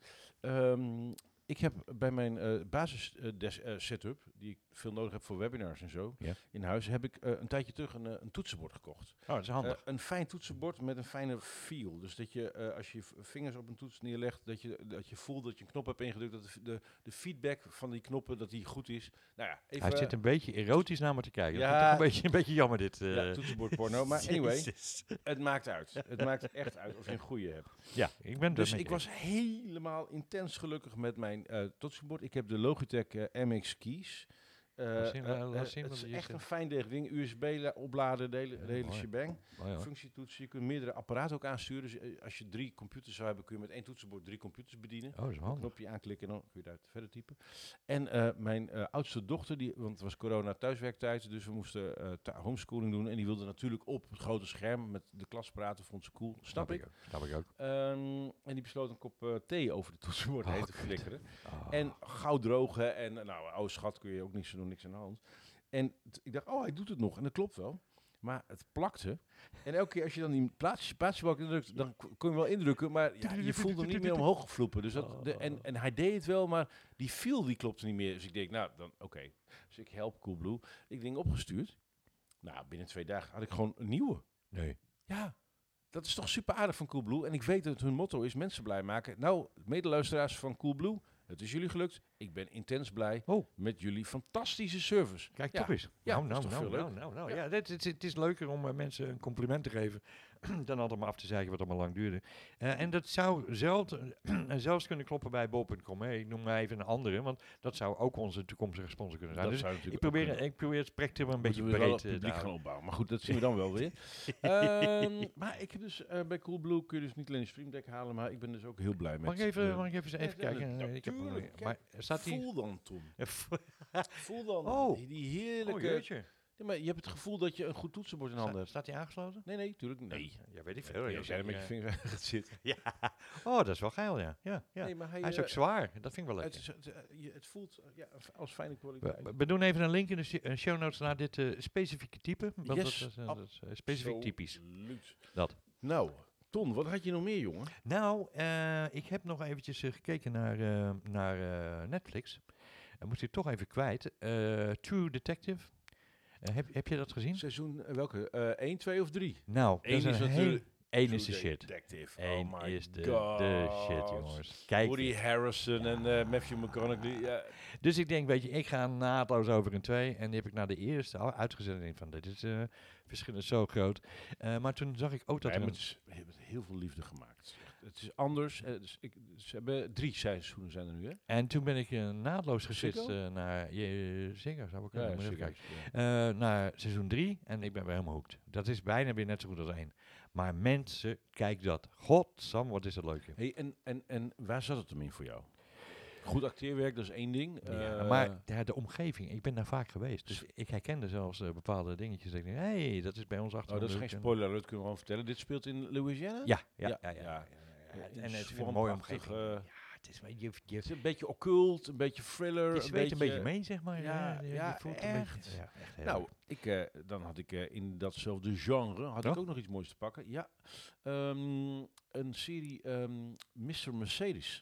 Speaker 1: Um, ik heb bij mijn uh, basis uh, des, uh, setup, die ik veel nodig heb voor webinars en zo,
Speaker 2: Ja.
Speaker 1: in huis, heb ik uh, een tijdje terug een, uh, een toetsenbord gekocht.
Speaker 2: Oh, dat is handig.
Speaker 1: Uh, een fijn toetsenbord met een fijne feel. Dus dat je, uh, als je v- vingers op een toets neerlegt, dat je, dat je voelt dat je een knop hebt ingedrukt, dat de, f- de, de feedback van die knoppen, dat die goed is. Nou ja, even...
Speaker 2: Hij zit een beetje erotisch naar me te kijken.
Speaker 1: Ja.
Speaker 2: Ja. Toch een beetje, een beetje jammer dit. Uh.
Speaker 1: ja, toetsenbordporno. Maar anyway,
Speaker 2: Jezus.
Speaker 1: het maakt uit. Het maakt echt uit of je een goede hebt.
Speaker 2: Ja, ik ben
Speaker 1: Dus
Speaker 2: dus
Speaker 1: ik was helemaal intens gelukkig met mijn uh, toetsenbord. Ik heb de Logitech uh, M X Keys. Uh,
Speaker 2: Laat zien,
Speaker 1: uh,
Speaker 2: uh, laat
Speaker 1: uh,
Speaker 2: zien
Speaker 1: het
Speaker 2: wat
Speaker 1: is
Speaker 2: er hier
Speaker 1: echt
Speaker 2: zit.
Speaker 1: een fijn ding. U S B la- opladen, de hele,
Speaker 2: Ja,
Speaker 1: de hele
Speaker 2: mooi.
Speaker 1: shebang.
Speaker 2: Oh, ja.
Speaker 1: Functietoetsen. Je kunt meerdere apparaten ook aansturen. Dus uh, als je drie computers zou hebben, kun je met één toetsenbord drie computers bedienen.
Speaker 2: Oh, dat is
Speaker 1: Een
Speaker 2: handig.
Speaker 1: knopje aanklikken en dan kun je daar verder typen. En uh, mijn uh, oudste dochter, die, want het was corona thuiswerktijd, dus we moesten uh, ta- homeschooling doen. En die wilde natuurlijk op het grote scherm met de klas praten, vond ze cool. Snap ik.
Speaker 2: ook. Snap ik ook.
Speaker 1: Um, en die besloot een kop uh, thee over de toetsenbord
Speaker 2: Oh,
Speaker 1: heen te
Speaker 2: kut.
Speaker 1: flikkeren.
Speaker 2: Oh.
Speaker 1: En gauw drogen. En uh, nou, oh schat, kun je ook niks doen, niks aan de hand. En t- ik dacht, oh, hij doet het nog. En dat klopt wel. Maar het plakte. En elke keer als je dan die plaatsje, plaatsbalk indrukt, dan k- kon je wel indrukken. Maar ja, je voelde hem niet meer omhoog gevloepen. Dus dat, de, en, en hij deed het wel, maar die feel die klopte niet meer. Dus ik denk, nou, dan oké. Okay. Dus ik help Coolblue. Ik ding opgestuurd. Nou, binnen twee dagen had ik gewoon een nieuwe.
Speaker 2: Nee.
Speaker 1: Ja. Dat is toch super aardig van Coolblue. En ik weet dat hun motto is mensen blij maken. Nou, medeluisteraars van Coolblue, het is jullie gelukt. Ik ben intens blij
Speaker 2: Oh.
Speaker 1: met jullie fantastische service.
Speaker 2: Kijk,
Speaker 1: Ja.
Speaker 2: toch eens.
Speaker 1: Ja,
Speaker 2: nou,
Speaker 1: dat is
Speaker 2: nou,
Speaker 1: toch
Speaker 2: nou,
Speaker 1: veel
Speaker 2: nou,
Speaker 1: leuk?
Speaker 2: nou, nou.
Speaker 1: Ja.
Speaker 2: Ja, dit, het, het is leuker om uh, mensen een compliment te geven dan altijd maar af te zeggen wat allemaal lang duurde. Uh, en dat zou zelfs, zelfs kunnen kloppen bij bol punt com. Hè. Ik noem maar even een andere, want dat zou ook onze toekomstige sponsor kunnen zijn.
Speaker 1: Dat
Speaker 2: Dus
Speaker 1: zou
Speaker 2: ik
Speaker 1: natuurlijk ook
Speaker 2: probeer,
Speaker 1: kunnen.
Speaker 2: ik probeer het spectrum een beetje
Speaker 1: Moeten we wel
Speaker 2: breed
Speaker 1: het
Speaker 2: uh, te
Speaker 1: publiek gaan
Speaker 2: houden.
Speaker 1: opbouwen. Maar goed, dat zien we dan wel weer. um, maar ik heb dus uh, bij Coolblue kun je dus niet alleen een Stream Deck halen, maar ik ben dus ook heel blij met...
Speaker 2: Mag ik even,
Speaker 1: uh,
Speaker 2: mag ik even, even
Speaker 1: ja,
Speaker 2: kijken?
Speaker 1: ja,
Speaker 2: Uh, ik heb,
Speaker 1: natuurlijk.
Speaker 2: uh, maar staat die...
Speaker 1: Voel dan, Tom.
Speaker 2: Oh,
Speaker 1: Voel dan
Speaker 2: Oh.
Speaker 1: die, die heerlijke...
Speaker 2: jeetje.
Speaker 1: Nee, maar je hebt het gevoel dat je een goed toetsenbord in handen
Speaker 2: Sta,
Speaker 1: hebt.
Speaker 2: staat hij aangesloten?
Speaker 1: Nee, nee, tuurlijk niet. Nee.
Speaker 2: Ja, weet ik
Speaker 1: Ja,
Speaker 2: veel.
Speaker 1: jij zei met je vingers gaat zitten.
Speaker 2: Ja. Oh, dat is wel geil, ja. ja, ja.
Speaker 1: Nee, maar hij,
Speaker 2: Hij is
Speaker 1: eh,
Speaker 2: ook zwaar. Dat vind ik wel
Speaker 1: Het,
Speaker 2: lekker.
Speaker 1: is, het, eh, je- het voelt eh, ja, als fijne kwaliteit.
Speaker 2: We, we doen even een link in de sh- eh, show notes naar dit eh, specifieke type. Want
Speaker 1: Yes,
Speaker 2: dat is, eh, dat is eh, specifiek typisch.
Speaker 1: Absoluut.
Speaker 2: Dat.
Speaker 1: Nou, Ton, wat had je nog meer, jongen?
Speaker 2: Nou, eh, ik heb nog eventjes eh, gekeken naar, eh, naar eh, Netflix. Dan moest ik toch even kwijt. Eh, True Detective. Eh, heb, heb je dat gezien?
Speaker 1: Seizoen, eh, welke? Eh één, twee of drie?
Speaker 2: Nou,
Speaker 1: Eén
Speaker 2: dat
Speaker 1: is
Speaker 2: een
Speaker 1: natuurlijk
Speaker 2: heel- één
Speaker 1: True
Speaker 2: is de shit.
Speaker 1: Detective.
Speaker 2: Eén
Speaker 1: oh my
Speaker 2: is de,
Speaker 1: God.
Speaker 2: de shit, jongens. Kijk.
Speaker 1: Woody Harrelson en eh, Matthew McConaughey. Ja.
Speaker 2: Dus ik denk, weet je, ik ga naadloos over een twee. En die heb ik naar de eerste al uitgezet. En denk van, dit is uh, verschil is zo groot. Uh, maar toen zag ik ook dat
Speaker 1: Ja,
Speaker 2: er
Speaker 1: maar
Speaker 2: een-
Speaker 1: het is, we hebben het heel veel liefde gemaakt. Het is anders. eh, dus ik, ze hebben drie seizoenen zijn er nu, hè?
Speaker 2: En toen ben ik uh, naadloos geswitcht
Speaker 1: Ziggo?
Speaker 2: uh, naar je Ziggo, zou ik kunnen. Moet even
Speaker 1: zeker.
Speaker 2: kijken.
Speaker 1: Ja.
Speaker 2: Uh, naar seizoen drie en ik ben weer helemaal hooked. Dat is bijna weer net zo goed als één. Maar mensen, kijk dat. Godsam, wat is dat leuk. joh.
Speaker 1: Hey, en, en, en waar zat het hem in voor jou? Goed acteerwerk, dat is één ding.
Speaker 2: Ja,
Speaker 1: Eh,
Speaker 2: maar ja, de omgeving, ik ben daar vaak geweest. Dus ik herkende zelfs uh, bepaalde dingetjes. Dat ik denk, hé, hey, dat is bij ons achter.
Speaker 1: oh, dat is geen spoiler, dat kunnen we gewoon vertellen. Dit speelt in Louisiana?
Speaker 2: Ja, ja, ja. ja,
Speaker 1: ja.
Speaker 2: ja, ja, ja.
Speaker 1: Ja,
Speaker 2: En het is
Speaker 1: voor
Speaker 2: een mooie
Speaker 1: prachtig,
Speaker 2: omgeving.
Speaker 1: eh,
Speaker 2: ja, het is, je, je,
Speaker 1: Het is een beetje occult, een beetje thriller.
Speaker 2: je zweet een beetje mee, zeg maar.
Speaker 1: Ja,
Speaker 2: Ja, je,
Speaker 1: ja,
Speaker 2: je voelt
Speaker 1: echt.
Speaker 2: een beetje. Ja, echt heel
Speaker 1: Nou,
Speaker 2: leuk.
Speaker 1: ik, eh, dan had ik eh, in datzelfde genre had
Speaker 2: Ja?
Speaker 1: ik ook nog iets moois te pakken. Ja, Ehm, een serie ehm mister Mercedes.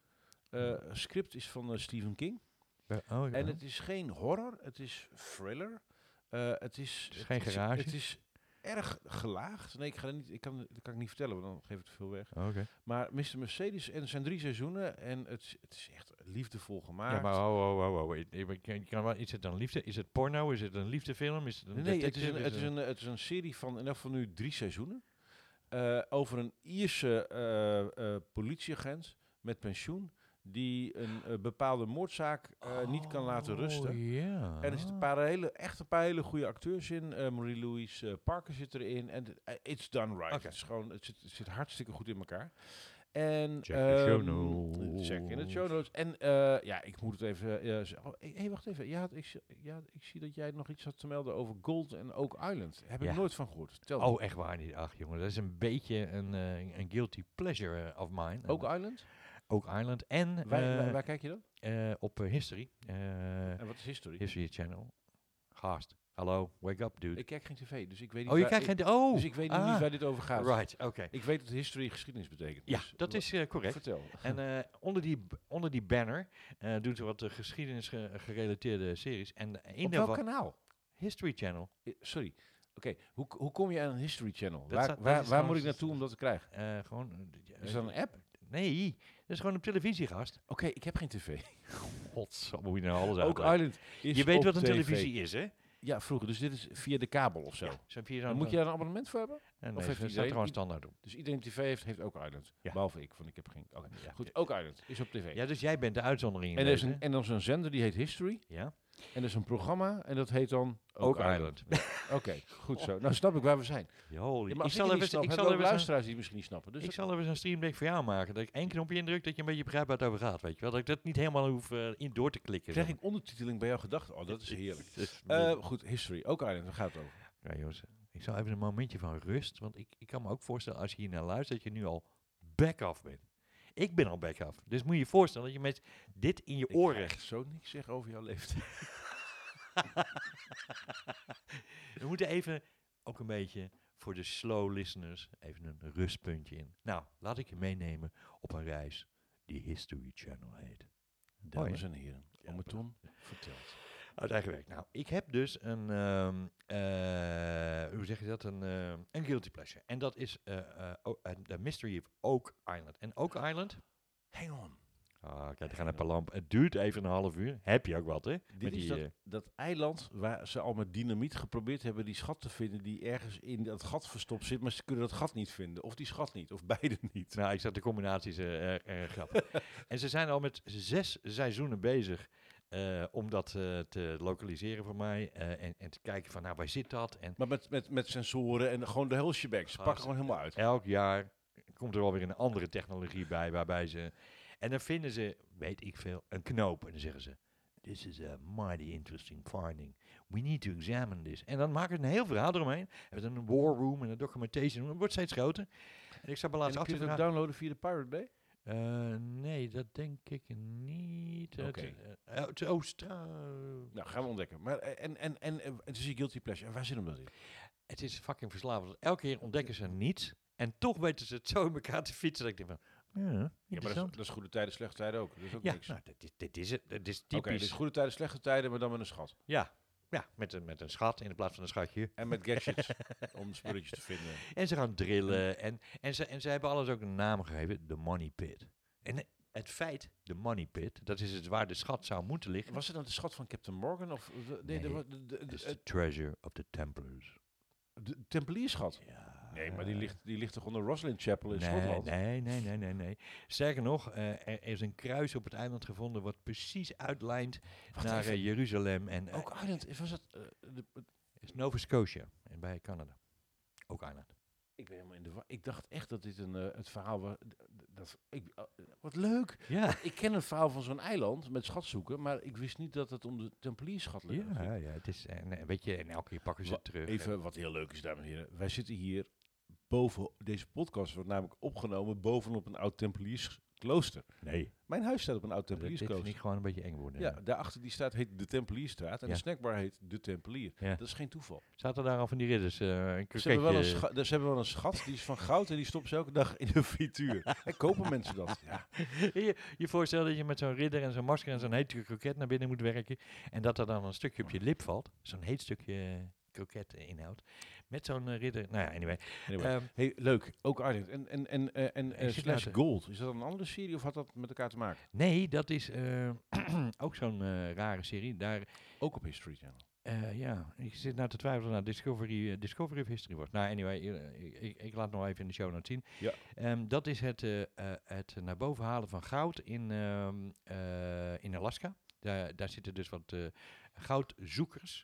Speaker 1: Eh, script is van eh, Stephen King.
Speaker 2: Ja, oh, ja.
Speaker 1: En het is geen horror, het is thriller. Eh, het is,
Speaker 2: Het is geen
Speaker 1: het
Speaker 2: garage?
Speaker 1: Het is erg gelaagd. Nee, ik, ga er niet, ik kan, dat kan ik niet vertellen, want dan geef ik te veel weg.
Speaker 2: Oh, Oké.
Speaker 1: Maar mister Mercedes, en er zijn drie seizoenen en het, is- het is echt liefdevol gemaakt.
Speaker 2: Ja, maar oh, oh, oh, oh. Ik- ik- ik- je kan wel, is het dan liefde? Is het porno? Is het een liefdefilm? Is het een
Speaker 1: Nee, nee, het is,
Speaker 2: detective?
Speaker 1: een, het, is een, het is een serie van in elk geval nu drie seizoenen. eh, over een Ierse eh, eh, politieagent met pensioen die een eh, bepaalde moordzaak eh, niet kan laten rusten.
Speaker 2: Oh, ja.
Speaker 1: En er zitten een paar hele, echt een paar hele goede acteurs in. Eh, Marie-Louise eh, Parker zit erin. En het- eh, it's done right.
Speaker 2: Oké.
Speaker 1: Het, is gewoon, het, zit, het zit hartstikke goed in elkaar. En,
Speaker 2: Check de show
Speaker 1: ehm,
Speaker 2: notes.
Speaker 1: Check in de show notes. En eh, ja, ik moet het even uh, zeggen. Oh, hey, wacht even. Ja, ik, zie- ja, ik zie dat jij nog iets had te melden over Gold en Oak Island. Heb ik
Speaker 2: Ja.
Speaker 1: nooit van gehoord. Tel me.
Speaker 2: Oh, echt waar niet. Ach, jongen, dat is een beetje een, eh, een guilty pleasure eh, of mine.
Speaker 1: Oak Island?
Speaker 2: Ook Island. En
Speaker 1: Waar,
Speaker 2: eh,
Speaker 1: waar, waar kijk je dan?
Speaker 2: eh, op eh, History. eh,
Speaker 1: En wat is history?
Speaker 2: History Channel. Gast. Hallo, wake up, dude.
Speaker 1: Ik kijk geen tv, dus ik weet niet
Speaker 2: oh, je
Speaker 1: waar-
Speaker 2: kijkt
Speaker 1: ik-
Speaker 2: geen... Oh!
Speaker 1: Dus ik weet niet
Speaker 2: ah,
Speaker 1: waar dit over gaat.
Speaker 2: Right, oké.
Speaker 1: Ik weet dat history geschiedenis betekent.
Speaker 2: Ja,
Speaker 1: dus
Speaker 2: dat
Speaker 1: wa-
Speaker 2: is eh, correct.
Speaker 1: Vertel.
Speaker 2: En eh, onder, die, b- onder die banner eh, doen ze wat uh, geschiedenis ge- gerelateerde series. En een
Speaker 1: Op welk
Speaker 2: daarvan...
Speaker 1: kanaal?
Speaker 2: History Channel.
Speaker 1: Eh, Sorry. Oké, hoe, hoe kom je aan een History Channel?
Speaker 2: Dat
Speaker 1: Waar,
Speaker 2: staat- dat
Speaker 1: waar,
Speaker 2: is
Speaker 1: waar moet
Speaker 2: trouwens-
Speaker 1: ik naartoe om dat te krijgen?
Speaker 2: Eh, gewoon... eh,
Speaker 1: Is dat een app?
Speaker 2: Nee, dat is gewoon op televisie, gast.
Speaker 1: Oké, ik heb geen tv.
Speaker 2: Godsamme, moet je nou alles
Speaker 1: Ook
Speaker 2: uitleggen.
Speaker 1: Island is
Speaker 2: Je weet
Speaker 1: op
Speaker 2: wat een
Speaker 1: tv.
Speaker 2: televisie is, hè?
Speaker 1: Ja, vroeger. Dus dit is via de kabel of zo.
Speaker 2: Ja, zo'n via
Speaker 1: Dan
Speaker 2: zo'n-
Speaker 1: moet je daar een abonnement voor hebben?
Speaker 2: Eh, nee,
Speaker 1: of heeft
Speaker 2: dat staat
Speaker 1: iedereen-
Speaker 2: er gewoon
Speaker 1: i-
Speaker 2: standaard op.
Speaker 1: Dus iedereen die tv heeft, heeft ook Island.
Speaker 2: Ja.
Speaker 1: Behalve ik, want ik heb geen... oké.
Speaker 2: Ja.
Speaker 1: Goed, ook Island is op tv.
Speaker 2: Ja, dus jij bent de uitzondering in
Speaker 1: en, er is
Speaker 2: deze,
Speaker 1: een,
Speaker 2: hè?
Speaker 1: en dan is een zender die heet History.
Speaker 2: Ja?
Speaker 1: En er is een programma en dat heet dan...
Speaker 2: Ook Island.
Speaker 1: Oké, goed zo. Nou snap ik waar we zijn.
Speaker 2: Holy.
Speaker 1: Ja, maar als
Speaker 2: ik zal
Speaker 1: het
Speaker 2: even,
Speaker 1: niet snap,
Speaker 2: ik
Speaker 1: hebben
Speaker 2: zal
Speaker 1: we ook
Speaker 2: even zo'n-
Speaker 1: luisteraars die het misschien niet snappen. Dus
Speaker 2: ik
Speaker 1: dat-
Speaker 2: zal even zo'n streamdeck voor jou maken. Dat ik één knopje indruk dat je een beetje begrijpt waar het over gaat. Weet je wel? Dat ik dat niet helemaal hoef eh, in door te klikken.
Speaker 1: krijg
Speaker 2: zeg
Speaker 1: ik ondertiteling bij jouw gedachten. Oh, dat is heerlijk.
Speaker 2: maar. Dus,
Speaker 1: Eh, goed, History. Ook Island, waar gaat het over?
Speaker 2: ja, jongens. Ik zal even een momentje van rust. Want ik, ik kan me ook voorstellen als je hier naar luistert dat je nu al back-off bent. Ik ben al back-off. Dus moet je je voorstellen dat je met dit in je
Speaker 1: Ik
Speaker 2: oren...
Speaker 1: ga echt zo niks zeggen over jouw leeftijd.
Speaker 2: We moeten even, ook een beetje voor de slow listeners, even een rustpuntje in. Nou, laat ik je meenemen op een reis die History Channel heet.
Speaker 1: Dames en heren,
Speaker 2: Ja,
Speaker 1: Ome Ton vertelt.
Speaker 2: Uit eigen werk. Nou, ik heb dus een, ehm, eh, hoe zeg je dat, een, eh, een guilty pleasure. En dat is eh, eh, o- eh, The Mystery of Oak Island. En Oak Island...
Speaker 1: Hang on.
Speaker 2: Ah, kijk, er gaan een paar lampen. Het duurt even een half uur. Heb je ook wat, hè?
Speaker 1: Dit
Speaker 2: Met
Speaker 1: is
Speaker 2: die,
Speaker 1: dat,
Speaker 2: eh,
Speaker 1: dat eiland waar ze al met dynamiet geprobeerd hebben die schat te vinden die ergens in dat gat verstopt zit, maar ze kunnen dat gat niet vinden. Of die schat niet, of beide niet.
Speaker 2: Nou, ik zat de combinaties eh erg, erg grappig. En ze zijn al met zes seizoenen bezig eh, om dat eh, te lokaliseren voor mij. eh, en, en te kijken van, nou, waar zit dat? En
Speaker 1: Maar met, met, met sensoren en gewoon de hele shebang. Ze
Speaker 2: Gast.
Speaker 1: pakken gewoon helemaal uit.
Speaker 2: elk jaar komt er alweer een andere technologie bij, waarbij ze... En dan vinden ze, weet ik veel, een knoop. En dan zeggen ze, this is a mighty interesting finding. We need to examine this. En dan maken ze een heel verhaal eromheen. Hebben ze een war room en een documentation. Het wordt steeds groter. En ik zat me laatst
Speaker 1: En
Speaker 2: af
Speaker 1: kun
Speaker 2: te
Speaker 1: je het ook
Speaker 2: vragen.
Speaker 1: downloaden via de Pirate Bay?
Speaker 2: Uh, nee, dat denk ik niet.
Speaker 1: Oké.
Speaker 2: Okay. Uh, uh, het Oostra...
Speaker 1: Nou, gaan we ontdekken. Maar, eh, en, en, en, en het is een guilty pleasure. En waar zit hem dat in?
Speaker 2: Het is fucking verslavend. Elke keer ontdekken ze niets. En toch weten ze het zo in elkaar te fietsen. Dat ik denk van, ja,
Speaker 1: Ja, maar dat is,
Speaker 2: interessant.
Speaker 1: dat is goede tijden, slechte tijden ook. Dat is ook
Speaker 2: Ja,
Speaker 1: niks.
Speaker 2: nou, dit, is- dit is het. Dit is
Speaker 1: Oké,
Speaker 2: typisch.
Speaker 1: dus goede tijden, slechte tijden, maar dan met een schat.
Speaker 2: Ja, ja met, een, met een schat in plaats van een schatje.
Speaker 1: En met gadgets om spulletjes te vinden.
Speaker 2: En ze gaan drillen. En, en, ze, en ze hebben alles ook een naam gegeven. De Money Pit. En eh, het feit, de Money Pit, dat is het waar de schat zou moeten liggen.
Speaker 1: Was het dan de schat van Captain Morgan? Of, nee,
Speaker 2: Nee,
Speaker 1: de, de, de, de,
Speaker 2: Het is
Speaker 1: de,
Speaker 2: the treasure of the Templars.
Speaker 1: de Tempelierschat?
Speaker 2: Ja.
Speaker 1: Nee, maar die ligt, die ligt toch onder Roslin Chapel in
Speaker 2: nee,
Speaker 1: Schotland?
Speaker 2: Nee, nee, nee, nee, nee. Sterker nog, uh, er is een kruis op het eiland gevonden wat precies uitlijnt
Speaker 1: Wacht
Speaker 2: naar
Speaker 1: even.
Speaker 2: uh, Jeruzalem. En uh,
Speaker 1: Ook Island, was dat... Uh, de,
Speaker 2: is Nova Scotia en bij Canada. Ook eiland.
Speaker 1: ik ben helemaal in de war. Ik dacht echt dat dit een, uh, het verhaal was... Dat, ik, uh, wat leuk!
Speaker 2: Ja.
Speaker 1: Ik ken het verhaal van zo'n eiland met schatzoeken, maar ik wist niet dat het om de Tempelierschat ligt.
Speaker 2: Ja, ja, het is, en, uh, weet je, en elke keer pakken ze
Speaker 1: Wa-
Speaker 2: het terug.
Speaker 1: Even wat heel leuk is, dames en heren. Wij zitten hier boven, deze podcast wordt namelijk opgenomen bovenop een oud Tempeliersklooster.
Speaker 2: Nee,
Speaker 1: Mijn huis staat op een oud
Speaker 2: dit vind
Speaker 1: Tempeliersklooster.
Speaker 2: ik gewoon een beetje eng worden.
Speaker 1: Ja, daarachter die staat heet de Tempelierstraat en
Speaker 2: Ja.
Speaker 1: de snackbar heet de Tempelier.
Speaker 2: Ja.
Speaker 1: Dat is geen toeval.
Speaker 2: Zaten daar al van die ridders uh, een
Speaker 1: Ze hebben, wel een
Speaker 2: kroketje-
Speaker 1: scha- ze hebben wel een schat, die is van goud en die stoppen ze elke dag in de frituur. En kopen mensen dat? Ja.
Speaker 2: je, je voorstelt dat je met zo'n ridder en zo'n masker en zo'n heet kroket naar binnen moet werken. En dat er dan een stukje op je lip valt. Zo'n heet stukje uh, kroket uh, inhoudt. Met zo'n uh, ridder. Nou ja, anyway.
Speaker 1: Anyway.
Speaker 2: Ehm,
Speaker 1: Hey, leuk. Ook Arjen. En, en, en, eh, en eh,
Speaker 2: Ik zit
Speaker 1: Slash
Speaker 2: nou te-
Speaker 1: Gold, is dat een andere serie of had dat met elkaar te maken?
Speaker 2: nee, dat is uh, ook zo'n uh, rare serie. Daar,
Speaker 1: Ook op History Channel.
Speaker 2: uh, ja, ik zit nou te twijfelen naar Discovery, uh, Discovery of History was. Nou, anyway, uh, ik, ik, ik laat nog even in de show notes zien.
Speaker 1: Ja.
Speaker 2: Um, dat is het, uh, uh, het naar boven halen van goud in, um, uh, in Alaska. Daar, daar zitten dus wat uh, goudzoekers.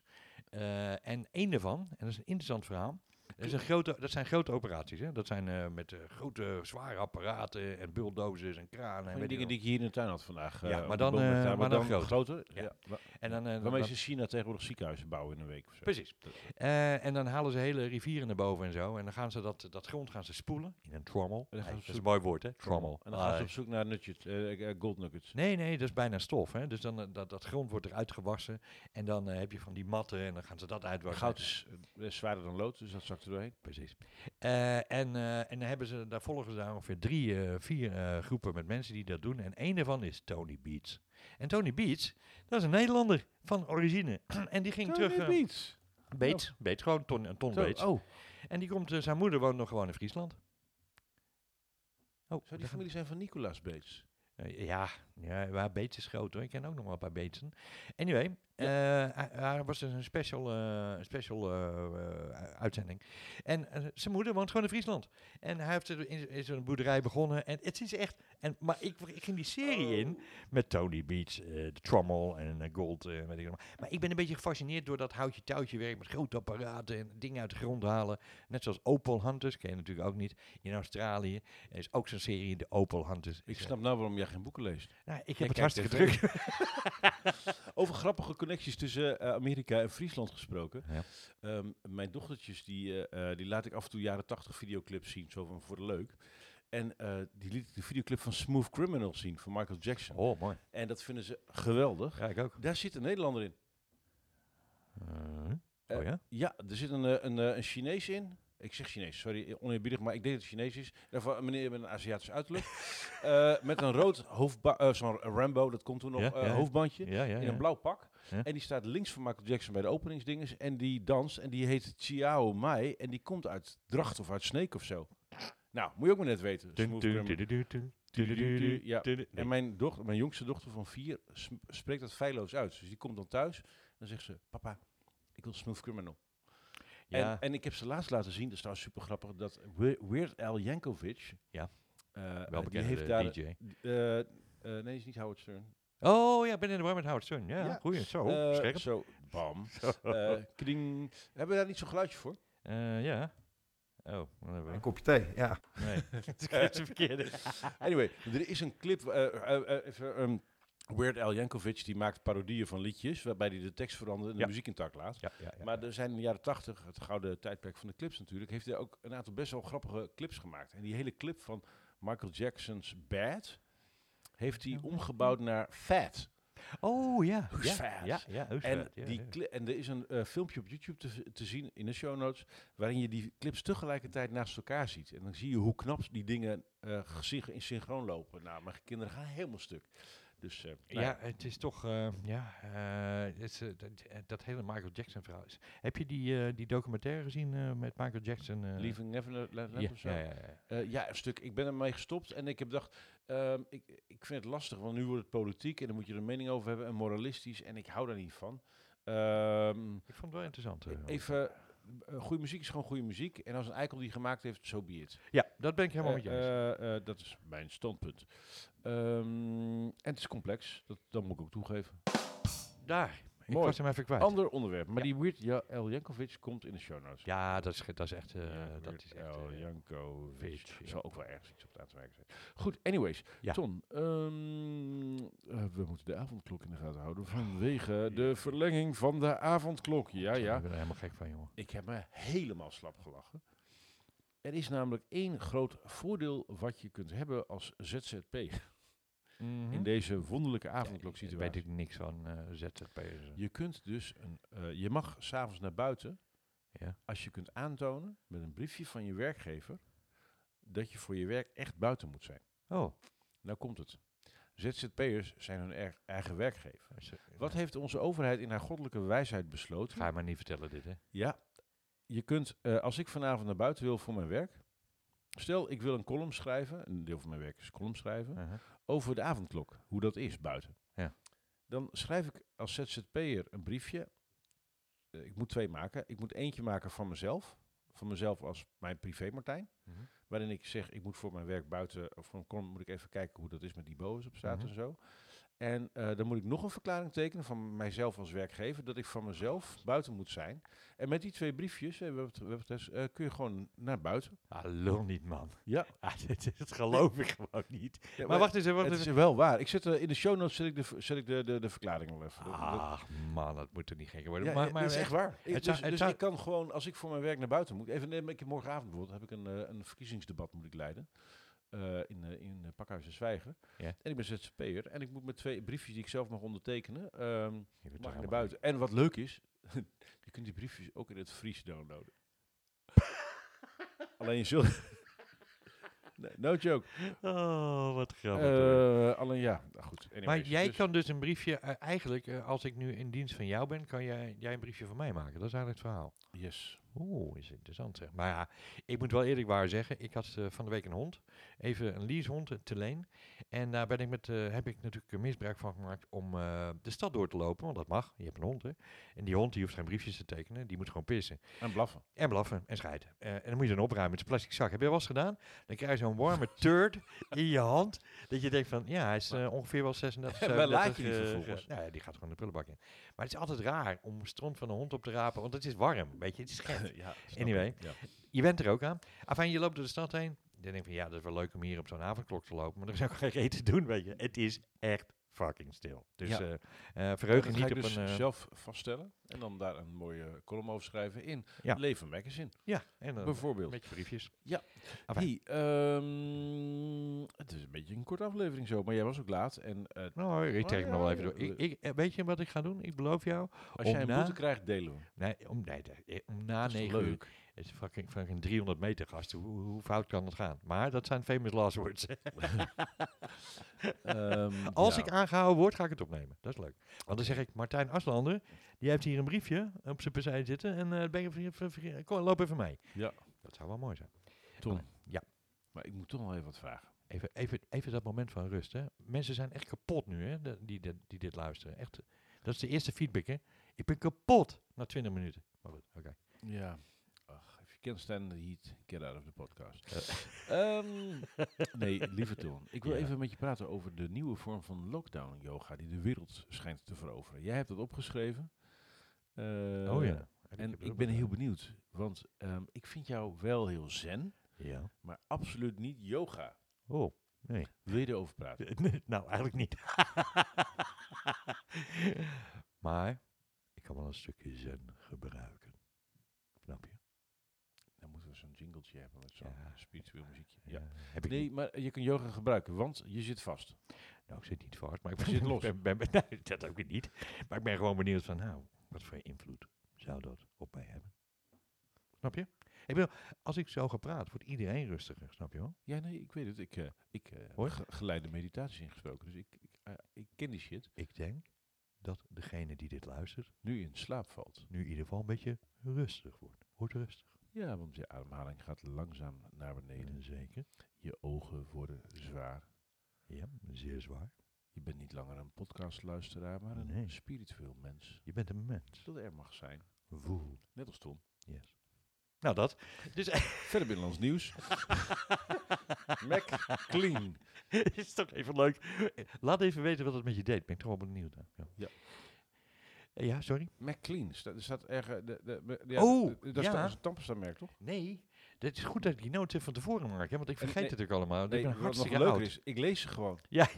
Speaker 2: Uh, en één daarvan, en dat is een interessant verhaal. Dat, is een grote, dat zijn grote operaties. Hè? Dat zijn uh, met uh, grote, zware apparaten en bulldozers en kranen. En
Speaker 1: Van die
Speaker 2: weet
Speaker 1: dingen
Speaker 2: ik
Speaker 1: die ik hier in de tuin had vandaag.
Speaker 2: Ja,
Speaker 1: eh,
Speaker 2: maar
Speaker 1: op de
Speaker 2: dan,
Speaker 1: boom met
Speaker 2: eh,
Speaker 1: daar,
Speaker 2: maar dan groter.
Speaker 1: Ja.
Speaker 2: Ja.
Speaker 1: Wa-
Speaker 2: En dan, uh,
Speaker 1: Waarmee
Speaker 2: dan-
Speaker 1: ze in China tegenwoordig ziekenhuizen bouwen in een week of zo.
Speaker 2: Precies. Uh, en dan halen ze hele rivieren naar boven en zo. En dan gaan ze dat, dat grond gaan ze spoelen in een trommel.
Speaker 1: dan gaan ze
Speaker 2: Nee,
Speaker 1: op
Speaker 2: dat is een
Speaker 1: zoek-
Speaker 2: mooi woord, hè? Trommel.
Speaker 1: En dan gaan ze
Speaker 2: Ah,
Speaker 1: op zoek naar nutjes, eh, eh, gold nuggets.
Speaker 2: Nee, nee, dat is bijna stof. Hè? Dus dan, uh, dat, dat grond wordt eruit gewassen. En dan uh, heb je van die matten en dan gaan ze dat uitwassen.
Speaker 1: Goud is eh, zwaarder dan lood, dus dat zakt er doorheen.
Speaker 2: Precies. Uh, en, uh, en dan hebben ze, daar volgen ze daar ongeveer drie, uh, vier uh, groepen met mensen die dat doen. En één daarvan is Tony Beats. En Tony Beats, dat is een Nederlander van origine. En die ging terug... Uh,
Speaker 1: Beats.
Speaker 2: Beets, Beets, gewoon ton, een ton
Speaker 1: Zo,
Speaker 2: Beets.
Speaker 1: oh,
Speaker 2: En die komt, uh, zijn moeder woont nog gewoon in Friesland. Oh,
Speaker 1: zou die
Speaker 2: daar
Speaker 1: familie zijn van Nicolaas Beets?
Speaker 2: Uh, ja, ja, waar Beets is groot hoor. Ik ken ook nog wel een paar Beetsen. Anyway, uh, hij, hij was dus een special, uh, special uh, uh, uitzending. En uh, zijn moeder woont gewoon in Friesland. En hij heeft er in, in zijn boerderij begonnen. En het is echt... En, maar ik, ik ging die serie
Speaker 1: Oh.
Speaker 2: in met Tony Beats, uh, de Trommel en uh, Gold. Uh, weet ik nog. Maar ik ben een beetje gefascineerd door dat houtje-touwtje werk met grote apparaten en dingen uit de grond halen. Net zoals Opal Hunters, ken je natuurlijk ook niet. In Australië er is ook zo'n serie, de Opal Hunters.
Speaker 1: Ik
Speaker 2: Is,
Speaker 1: snap nou waarom jij geen boeken leest.
Speaker 2: nou, ik
Speaker 1: Jij
Speaker 2: heb het
Speaker 1: kijkt
Speaker 2: hartstikke
Speaker 1: tv.
Speaker 2: druk.
Speaker 1: Over grappige connecties tussen uh, Amerika en Friesland gesproken.
Speaker 2: Ja.
Speaker 1: Um, mijn dochtertjes, die, uh, uh, die laat ik af en toe jaren tachtig videoclips zien, zo van voor de leuk. En uh, die liet ik de videoclip van Smooth Criminal zien, van Michael Jackson.
Speaker 2: Oh, mooi.
Speaker 1: En dat vinden ze geweldig.
Speaker 2: Ja, ik ook.
Speaker 1: Daar zit een Nederlander in.
Speaker 2: Uh,
Speaker 1: Uh,
Speaker 2: oh ja?
Speaker 1: Ja, er zit een, uh, een, uh, een Chinees in. Ik zeg Chinees, sorry, oneerbiedig, maar ik denk dat het Chinees is. Daarvan een meneer met een Aziatisch uiterlijk. uh, met een rood hoofdba- uh, zo'n Rambo, dat komt toen nog,
Speaker 2: Ja,
Speaker 1: uh,
Speaker 2: ja.
Speaker 1: hoofdbandje.
Speaker 2: Ja, ja,
Speaker 1: In
Speaker 2: ja.
Speaker 1: een blauw pak.
Speaker 2: Ja.
Speaker 1: En die staat links van Michael Jackson bij de openingsdinges. En die danst. En die heet Chiao Mai. En die komt uit Dracht of uit Sneek of zo. Nou, moet je ook maar net weten.
Speaker 2: Dun,
Speaker 1: Smooth
Speaker 2: dun,
Speaker 1: Criminal.
Speaker 2: dun, dun, dun, dun, dun, dun,
Speaker 1: Ja.
Speaker 2: dun, dun. Nee.
Speaker 1: En mijn, dochter, mijn jongste dochter van vier sm- spreekt dat feilloos uit. Dus die komt dan thuis. En dan zegt ze, papa, ik wil Smooth Criminal.
Speaker 2: Ja.
Speaker 1: En, en ik heb ze laatst laten zien, dat is trouwens super grappig, dat We- Weird Al Yankovic,
Speaker 2: Ja.
Speaker 1: uh,
Speaker 2: Wel
Speaker 1: die
Speaker 2: bekende
Speaker 1: heeft daar,
Speaker 2: D J.
Speaker 1: uh, uh, nee, is niet Howard Stern.
Speaker 2: Oh ja, ik ben in de war met Howard Stern. Ja,
Speaker 1: Ja.
Speaker 2: goeie. Zo,
Speaker 1: Uh,
Speaker 2: scherp.
Speaker 1: Zo, bam. Uh, kring. Hebben we daar niet zo'n geluidje voor?
Speaker 2: Uh, ja. Oh, wat hebben we?
Speaker 3: Een kopje thee, ja.
Speaker 2: Nee, dat is de verkeerde.
Speaker 1: Anyway, er is een clip, uh, uh, uh, even, um, Weird Al Yankovic die maakt parodieën van liedjes, waarbij hij de tekst verandert en de
Speaker 2: Ja.
Speaker 1: muziek intact laat.
Speaker 2: Ja, ja, ja.
Speaker 1: Maar er zijn in de jaren tachtig, het gouden tijdperk van de clips natuurlijk, heeft hij ook een aantal best wel grappige clips gemaakt. En die hele clip van Michael Jackson's Bad heeft hij omgebouwd naar Fat.
Speaker 2: Oh ja.
Speaker 1: Who's
Speaker 2: ja.
Speaker 1: fat?
Speaker 2: Ja, ja, who's
Speaker 1: En,
Speaker 2: fat? Ja,
Speaker 1: die
Speaker 2: ja.
Speaker 1: cli- en er is een uh, filmpje op YouTube te, te zien in de show notes, waarin je die clips tegelijkertijd naast elkaar ziet. En dan zie je hoe knap die dingen uh, gesyn- in synchroon lopen. Nou, mijn kinderen gaan helemaal stuk. Dus, uh, nou
Speaker 2: Ja, het is toch, uh, ja, uh, het is, uh, dat, dat hele Michael Jackson verhaal is. Heb je die, uh, die documentaire gezien uh, met Michael Jackson? Uh,
Speaker 1: Leaving Neverland
Speaker 2: ja,
Speaker 1: of zo?
Speaker 2: ja, ja, ja.
Speaker 1: Uh, ja, een stuk. Ik ben ermee gestopt en ik heb gedacht, uh, ik, ik vind het lastig, want nu wordt het politiek en dan moet je er een mening over hebben en moralistisch en ik hou daar niet van. Um,
Speaker 2: ik vond het wel interessant. Uh,
Speaker 1: even, uh, goede muziek is gewoon goede muziek en als een eikel die gemaakt heeft, so be it.
Speaker 2: Ja, dat ben ik helemaal
Speaker 1: Uh,
Speaker 2: met je eens.
Speaker 1: uh, uh, dat is mijn standpunt. Um, en het is complex, dat, dat moet ik ook toegeven.
Speaker 2: Daar, ik
Speaker 1: Mooi.
Speaker 2: was hem even kwijt.
Speaker 1: Ander onderwerp, maar
Speaker 2: Ja.
Speaker 1: die Weird ja, Al Yankovic komt in de show notes.
Speaker 2: Ja, dat is, dat is echt, uh,
Speaker 1: Ja,
Speaker 2: dat
Speaker 1: Weird
Speaker 2: is echt...
Speaker 1: Al
Speaker 2: Uh,
Speaker 1: Yankovic.
Speaker 2: Vic, ja.
Speaker 1: Zal ook wel ergens iets op het aan te werken zijn. Goed, anyways.
Speaker 2: Ja.
Speaker 1: Ton, um, uh, we moeten de avondklok in de gaten houden vanwege de verlenging van de avondklok. Ja, ja.
Speaker 2: Ik ben er helemaal gek van, jongen.
Speaker 1: Ik heb me helemaal slap gelachen. Er is namelijk één groot voordeel wat je kunt hebben als Z Z P'er.
Speaker 2: Mm-hmm.
Speaker 1: In deze wonderlijke
Speaker 2: Daar
Speaker 1: avondkloksituatie.
Speaker 2: weet ik niks van uh, Z Z P'ers.
Speaker 1: Je kunt dus, een, uh, je mag s'avonds naar buiten
Speaker 2: Ja.
Speaker 1: als je kunt aantonen met een briefje van je werkgever dat je voor je werk echt buiten moet zijn.
Speaker 2: Oh.
Speaker 1: Nou komt het. Z Z P'ers zijn hun er- eigen werkgever.
Speaker 2: Is, uh,
Speaker 1: Wat heeft onze overheid in haar goddelijke wijsheid besloten?
Speaker 2: Ga je maar niet vertellen dit, hè?
Speaker 1: Ja, je kunt, uh, als ik vanavond naar buiten wil voor mijn werk, stel ik wil een column schrijven, een deel van mijn werk is column schrijven,
Speaker 2: Uh-huh.
Speaker 1: over de avondklok, hoe dat is buiten.
Speaker 2: Ja.
Speaker 1: Dan schrijf ik als Z Z P'er een briefje. Uh, ik moet twee maken. Ik moet eentje maken van mezelf. Van mezelf als mijn privé Martijn.
Speaker 2: Mm-hmm.
Speaker 1: Waarin ik zeg, ik moet voor mijn werk buiten, of voor een column moet ik even kijken hoe dat is met die boven's op straat
Speaker 2: Mhm.
Speaker 1: en zo. En uh, dan moet ik nog een verklaring tekenen van mijzelf als werkgever, dat ik van mezelf buiten moet zijn. En met die twee briefjes, eh, we hebben het, we hebben het dus, uh, kun je gewoon naar buiten.
Speaker 2: Ah, lul niet, man.
Speaker 1: Ja.
Speaker 2: Ah, dit, dit geloof ik gewoon niet.
Speaker 1: Ja,
Speaker 2: Maar wacht eens, wacht
Speaker 1: het
Speaker 2: eens.
Speaker 1: is wel waar. Ik zet uh, in de show notes zet ik de, v- zet ik de, de, de verklaring al even. Dat- dat-
Speaker 2: Ach, man, dat moet er niet gekker worden.
Speaker 1: Ja,
Speaker 2: maar,
Speaker 1: ja,
Speaker 2: maar
Speaker 1: dat is echt waar. Ik,
Speaker 2: het
Speaker 1: dus
Speaker 2: zou- het
Speaker 1: dus
Speaker 2: zou-
Speaker 1: ik kan gewoon, als ik voor mijn werk naar buiten moet, even neem ik morgenavond bijvoorbeeld, heb ik een, uh, een verkiezingsdebat moet ik leiden. Uh, in uh, in uh, Pakhuis en Zwijgen.
Speaker 2: Ja.
Speaker 1: En ik ben Z Z P'er en ik moet met twee briefjes die ik zelf mag ondertekenen, um,
Speaker 2: Je bent
Speaker 1: mag
Speaker 2: toch
Speaker 1: ik naar
Speaker 2: helemaal
Speaker 1: buiten. En wat leuk is, je kunt die briefjes ook in het Fries downloaden. Alleen je zult... nee, no joke.
Speaker 2: gek. Oh, wat grappig.
Speaker 1: Uh, alleen ja, nou goed.
Speaker 2: maar
Speaker 1: anyways,
Speaker 2: jij
Speaker 1: dus-
Speaker 2: kan dus een briefje, uh, eigenlijk, uh, als ik nu in dienst van jou ben, kan jij, jij een briefje van mij maken. Dat is eigenlijk het verhaal.
Speaker 1: Yes.
Speaker 2: Oeh, is interessant zeg. Maar ja, ik moet wel eerlijk waar zeggen, ik had uh, van de week een hond. Even een leasehond, uh, te leen. En daar ben ik met, uh, heb ik natuurlijk uh, misbruik van gemaakt om uh, de stad door te lopen. Want dat mag, je hebt een hond hè. En die hond die hoeft geen briefjes te tekenen, die moet gewoon pissen.
Speaker 1: En blaffen.
Speaker 2: En blaffen en scheiden. Uh, en dan moet je dan opruimen met zijn plastic zak. Heb je wel eens gedaan? Dan krijg je zo'n warme turd in je hand. Dat je denkt van, ja, hij is uh, ongeveer wel zesendertig,
Speaker 1: Waar
Speaker 2: zevenendertig.
Speaker 1: laat je die
Speaker 2: uh,
Speaker 1: vervolgens?
Speaker 2: uh, nou ja, die gaat gewoon de prullenbak in. Maar het is altijd raar om stront van een hond op te rapen, want het is warm. Weet je, het is gek.
Speaker 1: ja, snap
Speaker 2: Anyway.
Speaker 1: ik, ja.
Speaker 2: Je bent er ook aan. Afijn, je loopt door de stad heen. Dan denk je van, ja, dat is wel leuk om hier op zo'n avondklok te lopen. Maar er is ook geen reet te doen, weet je. Het is echt fucking stil. Dus
Speaker 1: Ja.
Speaker 2: uh, uh, verheug je
Speaker 1: Dat
Speaker 2: niet
Speaker 1: ga ik
Speaker 2: op
Speaker 1: dus
Speaker 2: een... uh,
Speaker 1: zelf vaststellen en dan daar een mooie column over schrijven in
Speaker 2: Ja.
Speaker 1: Leven Magazine,
Speaker 2: ja, en dan
Speaker 1: bijvoorbeeld.
Speaker 2: met je briefjes.
Speaker 1: Ja.
Speaker 2: Afijn.
Speaker 1: Hey, um, het is een beetje een korte aflevering zo, maar jij was ook laat. En uh,
Speaker 2: Nou, ik trek
Speaker 1: Oh,
Speaker 2: hem nog wel
Speaker 1: ja,
Speaker 2: even door.
Speaker 1: ja.
Speaker 2: Ik, ik, eh, weet je wat ik ga doen? Ik beloof jou.
Speaker 1: als
Speaker 2: om
Speaker 1: jij een
Speaker 2: na-
Speaker 1: boete krijgt, delen we.
Speaker 2: Nee, om, nee, de- eh, om na
Speaker 1: Dat is toch
Speaker 2: negen uur.
Speaker 1: leuk?
Speaker 2: Het is fucking, fucking driehonderd meter, gasten. Hoe, hoe fout kan het gaan? Maar dat zijn famous last words.
Speaker 1: Um,
Speaker 2: Als
Speaker 1: ja.
Speaker 2: ik aangehouden word, ga ik het opnemen. Dat is leuk. Want dan zeg ik, Martijn Aslander, die heeft hier een briefje op zijn persij zitten. En uh, ben je, ver- ver- ver- kom, loop even mee.
Speaker 1: Ja.
Speaker 2: Dat zou wel mooi zijn.
Speaker 1: Ton,
Speaker 2: Ja.
Speaker 1: maar ik moet toch nog even wat vragen.
Speaker 2: Even, even, even dat moment van rust. Hè. Mensen zijn echt kapot nu, hè, de- die, die, die dit luisteren. Echt, dat is de eerste feedback. Hè. Ik ben kapot na twintig minuten. Maar goed, oké.
Speaker 1: Ja. Ach, if you can't stand the heat, get out of the podcast.
Speaker 2: Eh.
Speaker 1: Um, nee, lieve Ton. Ik wil
Speaker 2: Ja.
Speaker 1: even met je praten over de nieuwe vorm van lockdown yoga die de wereld schijnt te veroveren. Jij hebt dat opgeschreven. Uh,
Speaker 2: oh ja.
Speaker 1: En
Speaker 2: heb
Speaker 1: ik
Speaker 2: ook
Speaker 1: ben
Speaker 2: wel-
Speaker 1: heel benieuwd, want um, ik vind jou wel heel zen,
Speaker 2: Ja.
Speaker 1: maar absoluut niet yoga.
Speaker 2: Oh, nee.
Speaker 1: Wil je erover praten?
Speaker 2: nou, eigenlijk niet. Maar ik kan wel een stukje zen gebruiken. Snap je?
Speaker 1: Dan moeten we zo'n jingletje hebben met zo'n
Speaker 2: Ja.
Speaker 1: spiritueel muziekje.
Speaker 2: Ja.
Speaker 1: Ja.
Speaker 2: Heb ik
Speaker 1: Nee,
Speaker 2: niet.
Speaker 1: maar je kunt yoga gebruiken, want je zit vast.
Speaker 2: Nou, ik zit niet vast, maar ik
Speaker 1: Je
Speaker 2: ben,
Speaker 1: zit los.
Speaker 2: ben, ben, ben- nee, dat ook niet. Maar ik ben gewoon benieuwd van, nou, wat voor invloed zou dat op mij hebben? Snap je? Ik bedoel, als ik zo ga praten, wordt iedereen rustiger, snap je wel?
Speaker 1: Ja, nee, ik weet het. Ik, uh, ik uh,
Speaker 2: Hoor?
Speaker 1: ge- geleide meditaties ingesproken, dus ik, ik, uh, ik ken die shit.
Speaker 2: Ik denk dat degene die dit luistert,
Speaker 1: Nu in slaap valt.
Speaker 2: nu in ieder geval een beetje rustig wordt. Wordt rustig.
Speaker 1: Ja, want je ademhaling gaat langzaam naar beneden.
Speaker 2: Zeker.
Speaker 1: Je ogen worden zwaar.
Speaker 2: Ja, zeer zwaar.
Speaker 1: Je bent niet langer een podcastluisteraar, maar een
Speaker 2: Nee.
Speaker 1: spiritueel mens.
Speaker 2: Je bent een mens.
Speaker 1: Dat er mag zijn.
Speaker 2: Voel.
Speaker 1: Net als Tom.
Speaker 2: Yes. Nou, dat. Dus
Speaker 1: Verder binnenlands nieuws. Mac Clean.
Speaker 2: is toch even leuk. Laat even weten wat het met je deed. Ben ik toch wel benieuwd naar. Ja.
Speaker 1: Ja.
Speaker 2: Eh, ja, sorry.
Speaker 1: Mac Clean. Sta, er staat ergens... De, de, de, ja,
Speaker 2: Oh,
Speaker 1: de- de- dat
Speaker 2: ja.
Speaker 1: staat als een tandpasta-merk, toch?
Speaker 2: Nee, het is goed dat ik die notes van tevoren maak, hè, want ik
Speaker 1: En
Speaker 2: vergeet
Speaker 1: nee,
Speaker 2: het ook allemaal.
Speaker 1: Nee,
Speaker 2: ik ben
Speaker 1: wat nog
Speaker 2: hartstikke
Speaker 1: leuker
Speaker 2: oud.
Speaker 1: is, ik lees ze gewoon.
Speaker 2: Ja.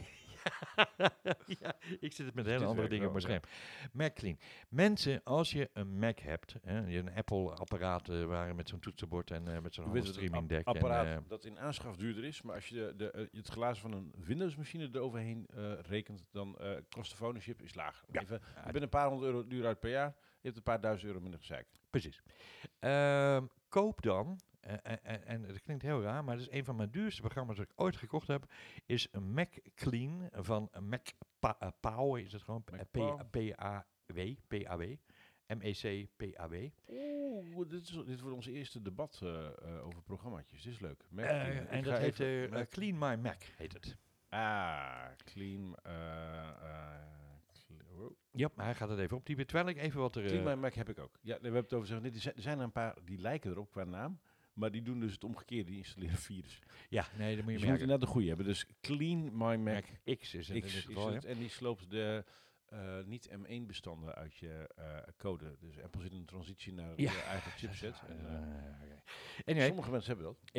Speaker 2: Ja, ik zit het met hele
Speaker 1: dit
Speaker 2: andere
Speaker 1: werkt
Speaker 2: dingen op mijn
Speaker 1: wel,
Speaker 2: scherm. Mac Clean. Mensen, als je een Mac hebt, hè, je een Apple-apparaat uh, waar met zo'n toetsenbord en uh, met zo'n
Speaker 1: Je weet
Speaker 2: halve
Speaker 1: dat het
Speaker 2: streaming deck.
Speaker 1: ap- apparaat
Speaker 2: En, uh,
Speaker 1: dat in aanschaf duurder is, maar als je de, de, uh, het glazen van een Windows-machine eroverheen uh, rekent, dan uh, kost de ownership is lager.
Speaker 2: Ja.
Speaker 1: Even,
Speaker 2: Ja,
Speaker 1: je bent een paar honderd euro duur uit per jaar, je hebt een paar duizend euro minder gezeik.
Speaker 2: precies. Uh, koop dan, uh, en, en het klinkt heel raar, maar het is een van mijn duurste programma's dat ik ooit gekocht heb, is een Mac Clean van Mac pa- uh, Pow, is het gewoon?
Speaker 1: Mac
Speaker 2: P A W, P A W, M E C P A W.
Speaker 1: Oeh, dit, is, dit wordt ons eerste debat uh, uh, over programmaatjes. Dit is leuk. Mac
Speaker 2: Uh,
Speaker 1: Clean.
Speaker 2: en
Speaker 1: Ik
Speaker 2: dat
Speaker 1: ga
Speaker 2: heet
Speaker 1: even-
Speaker 2: uh,
Speaker 1: Mac-
Speaker 2: Clean My Mac, heet het.
Speaker 1: Ah, Clean... Uh, uh, clean, wow.
Speaker 2: Ja, maar hij gaat het even op. Die terwijl ik even wat er...
Speaker 1: Clean
Speaker 2: Uh,
Speaker 1: My Mac heb ik ook. Ja, we hebben het over zeggen. Nee, er zijn- er zijn er een paar die lijken erop qua naam, maar die doen dus het omgekeerde. Die installeren virus.
Speaker 2: ja, nee, dan moet
Speaker 1: Dus
Speaker 2: je
Speaker 1: je moet
Speaker 2: merken.
Speaker 1: inderdaad de goede hebben. Dus Clean My Mac
Speaker 2: Mac X is het in
Speaker 1: X
Speaker 2: dit
Speaker 1: is
Speaker 2: geval,
Speaker 1: het.
Speaker 2: ja.
Speaker 1: En die sloopt de uh, niet M één bestanden uit je uh, code. Dus Apple zit in een transitie naar
Speaker 2: Ja.
Speaker 1: je eigen chipset. En, uh,
Speaker 2: Uh, okay. Anyway,
Speaker 1: sommige mensen hebben dat.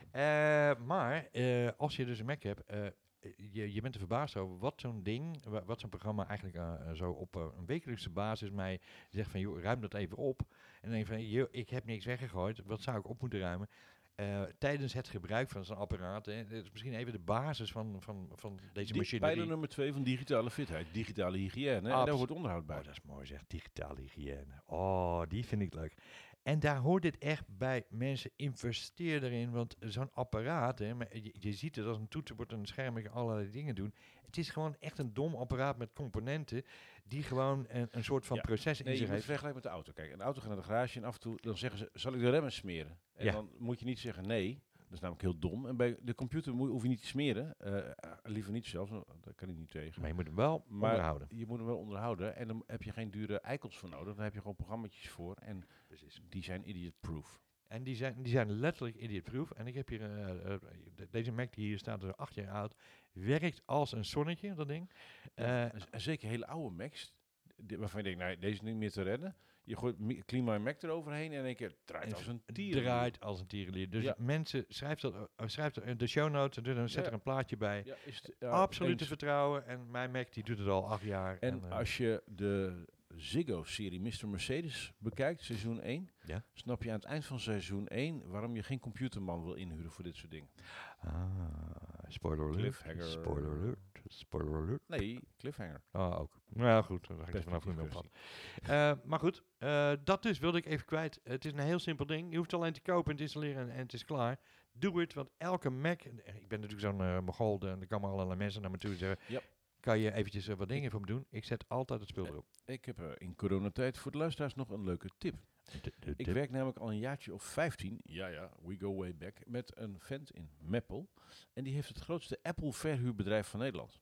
Speaker 2: uh, maar uh, als je dus een Mac hebt, uh, je, je bent er verbaasd over wat zo'n ding, wa- wat zo'n programma eigenlijk uh, zo op uh, een wekelijkse basis mij zegt van, joh, ruim dat even op. En dan denk je van, joh, ik heb niks weggegooid, wat zou ik op moeten ruimen? Uh, tijdens het gebruik van zo'n apparaat, hè, dat is misschien even de basis van, van, van deze
Speaker 1: Die
Speaker 2: machinerie.
Speaker 1: pijler nummer twee van digitale fitheid. Digitale hygiëne. En daar
Speaker 2: Abs-
Speaker 1: hoort onderhoud bij.
Speaker 2: Oh, dat is mooi zeg, digitale hygiëne. Oh, die vind ik leuk. En daar hoort dit echt bij. Mensen, investeer erin, want zo'n apparaat, hè, maar je, je ziet het als een toetsenbord en een scherm en allerlei dingen doen. Het is gewoon echt een dom apparaat met componenten die gewoon een, een soort van
Speaker 1: Ja.
Speaker 2: proces in
Speaker 1: Nee, je
Speaker 2: zich
Speaker 1: moet
Speaker 2: heeft.
Speaker 1: vergelijken met de auto. Kijk, een auto gaat naar de garage en af en toe dan zeggen ze, zal ik de remmen smeren? En
Speaker 2: Ja.
Speaker 1: dan moet je niet zeggen nee. Dat is namelijk heel dom. En bij de computer moet, hoef je niet te smeren. Uh, liever niet zelfs, daar kan ik niet tegen.
Speaker 2: Maar je moet hem wel
Speaker 1: Maar
Speaker 2: onderhouden.
Speaker 1: je moet hem wel onderhouden. En dan heb je geen dure eikels voor nodig. Dan heb je gewoon programma's voor. En die zijn idiot-proof.
Speaker 2: En die zijn, die zijn letterlijk idiot-proof. En ik heb hier, uh, uh, de- deze Mac die hier staat, is acht jaar oud, werkt als een zonnetje, dat ding.
Speaker 1: Ja,
Speaker 2: Uh,
Speaker 1: en z- en zeker hele oude Macs, die- waarvan je denkt, nou, deze is niet meer te redden. Je gooit Mi- Clean My Mac eroverheen en in één keer draait
Speaker 2: En
Speaker 1: als een
Speaker 2: het
Speaker 1: tier.
Speaker 2: draait als een tierenlier. Dus
Speaker 1: Ja.
Speaker 2: mensen, schrijf dat, uh, schrijf dat in de show notes en doe dan zet
Speaker 1: Ja.
Speaker 2: er een plaatje bij.
Speaker 1: Ja, is het, ja,
Speaker 2: Absoluut te
Speaker 1: eens.
Speaker 2: vertrouwen. En mijn Mac die doet het al acht jaar.
Speaker 1: En
Speaker 2: uh,
Speaker 1: als je de Ziggo-serie mister Mercedes bekijkt, seizoen één,
Speaker 2: Ja.
Speaker 1: snap je aan het eind van seizoen één waarom je geen computerman wil inhuren voor dit soort dingen.
Speaker 2: ah, spoiler alert.
Speaker 1: Cliffhanger.
Speaker 2: Spoiler alert. Spoiler alert.
Speaker 1: Nee, cliffhanger.
Speaker 2: Ah, ook. Nou ja, goed. Dan ga ik er vanaf niet meer op
Speaker 1: Perspectief
Speaker 2: van. Uh, maar goed, uh, dat dus wilde ik even kwijt. Het is een heel simpel ding. Je hoeft het alleen te kopen en te installeren en, en het is klaar. Doe het, want elke Mac... Ik ben natuurlijk zo'n uh, mogol, en er komen allerlei mensen naar me toe en zeggen...
Speaker 1: Yep.
Speaker 2: Kan je eventjes uh, wat dingen voor me doen? Ik zet altijd het spul erop.
Speaker 1: Ik heb uh, in coronatijd voor de luisteraars nog een leuke tip.
Speaker 2: De, de,
Speaker 1: Ik
Speaker 2: de-
Speaker 1: werk namelijk al een jaartje of vijftien, ja ja, we go way back, met een vent in Meppel. En die heeft het grootste Apple-verhuurbedrijf van Nederland.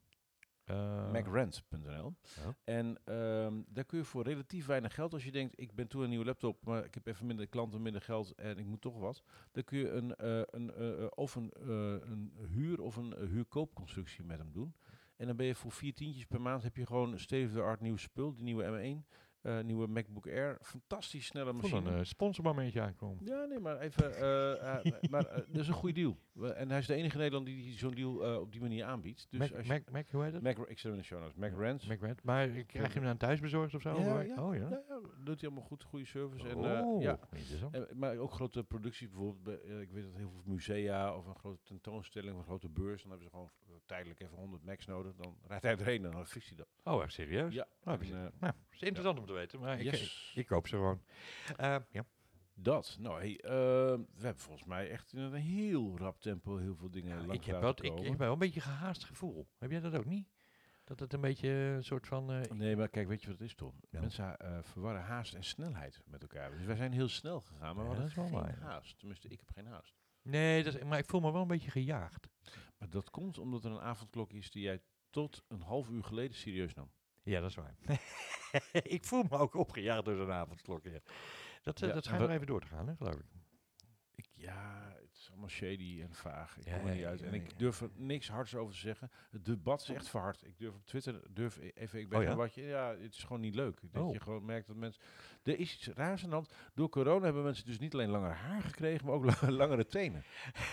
Speaker 2: uh,
Speaker 1: Macrent punt n l.
Speaker 2: Oh.
Speaker 1: En um, daar kun je voor relatief weinig geld, als je denkt, ik ben toe een nieuwe laptop, maar ik heb even minder klanten, minder geld en ik moet toch wat. Dan kun je een, uh, een, uh, of een, uh, een huur- of een uh, huurkoopconstructie met hem doen. En dan ben je voor vier tientjes per maand, heb je gewoon een state-of-the-art nieuw spul, die nieuwe M één. Uh, nieuwe MacBook Air. Fantastisch snelle machine.
Speaker 2: Voor een uh, sponsormomentje aankomen.
Speaker 1: Ja, nee, maar even... Uh, uh, maar uh, dat is een goede deal. Uh, en hij is de enige Nederlander die zo'n deal uh, op die manier aanbiedt. Dus
Speaker 2: Mac,
Speaker 1: als
Speaker 2: Mac, Mac, hoe heet het?
Speaker 1: Mac, ik zet hem in de show notes. Mac Rants.
Speaker 2: Mac Rants. Maar krijg je hem dan thuis bezorgd of zo?
Speaker 1: Ja, ja.
Speaker 2: Oh ja?
Speaker 1: Ja, ja, doet hij allemaal goed, goede service.
Speaker 2: Oh,
Speaker 1: en, uh, ja.
Speaker 2: En,
Speaker 1: maar ook grote producties, bijvoorbeeld, bij, uh, ik weet dat heel veel musea of een grote tentoonstelling of een grote beurs, dan hebben ze gewoon uh, tijdelijk even honderd Macs nodig. Dan rijdt hij erheen en dan fixt hij dat.
Speaker 2: Oh, echt serieus?
Speaker 1: Ja.
Speaker 2: Oh,
Speaker 1: en, uh,
Speaker 2: nou, dat is interessant ja. om te weten, maar
Speaker 1: yes.
Speaker 2: ik, ik, ik koop ze gewoon. Uh, ja.
Speaker 1: Dat. Nou, hey, uh, we hebben volgens mij echt in een heel rap tempo heel veel dingen ja, langs
Speaker 2: ik heb, wat, ik, ik heb wel een beetje gehaast gevoel. Heb jij dat ook niet? Dat het een beetje een soort van... Uh,
Speaker 1: nee, maar kijk, weet je wat het is, Tom?
Speaker 2: Ja.
Speaker 1: Mensen uh, verwarren haast en snelheid met elkaar. Dus wij zijn heel snel gegaan, maar
Speaker 2: ja,
Speaker 1: we hadden
Speaker 2: dat is wel
Speaker 1: geen
Speaker 2: waar,
Speaker 1: haast. Tenminste, ik heb geen haast.
Speaker 2: Nee, dat is, maar ik voel me wel een beetje gejaagd.
Speaker 1: Maar dat komt omdat er een avondklok is die jij tot een half uur geleden serieus nam.
Speaker 2: Ja, dat is waar. Ik voel me ook opgejaagd door zo'n avondklok. Ja. Dat, uh, ja, dat schijnt nog even door te gaan, hè, geloof ik.
Speaker 1: ik. Ja, het is allemaal shady en vaag. Ik
Speaker 2: ja,
Speaker 1: kom er niet
Speaker 2: ja,
Speaker 1: uit.
Speaker 2: ja,
Speaker 1: en ik
Speaker 2: ja.
Speaker 1: durf er niks hards over te zeggen. Het debat is echt verhard. Ik durf op Twitter, durf even, ik ben
Speaker 2: oh, ja?
Speaker 1: wat je, ja, het is gewoon niet leuk. Dat
Speaker 2: oh.
Speaker 1: je gewoon merkt dat mensen, er is iets raars aan de hand. Door corona hebben mensen dus niet alleen langer haar gekregen, maar ook langere tenen.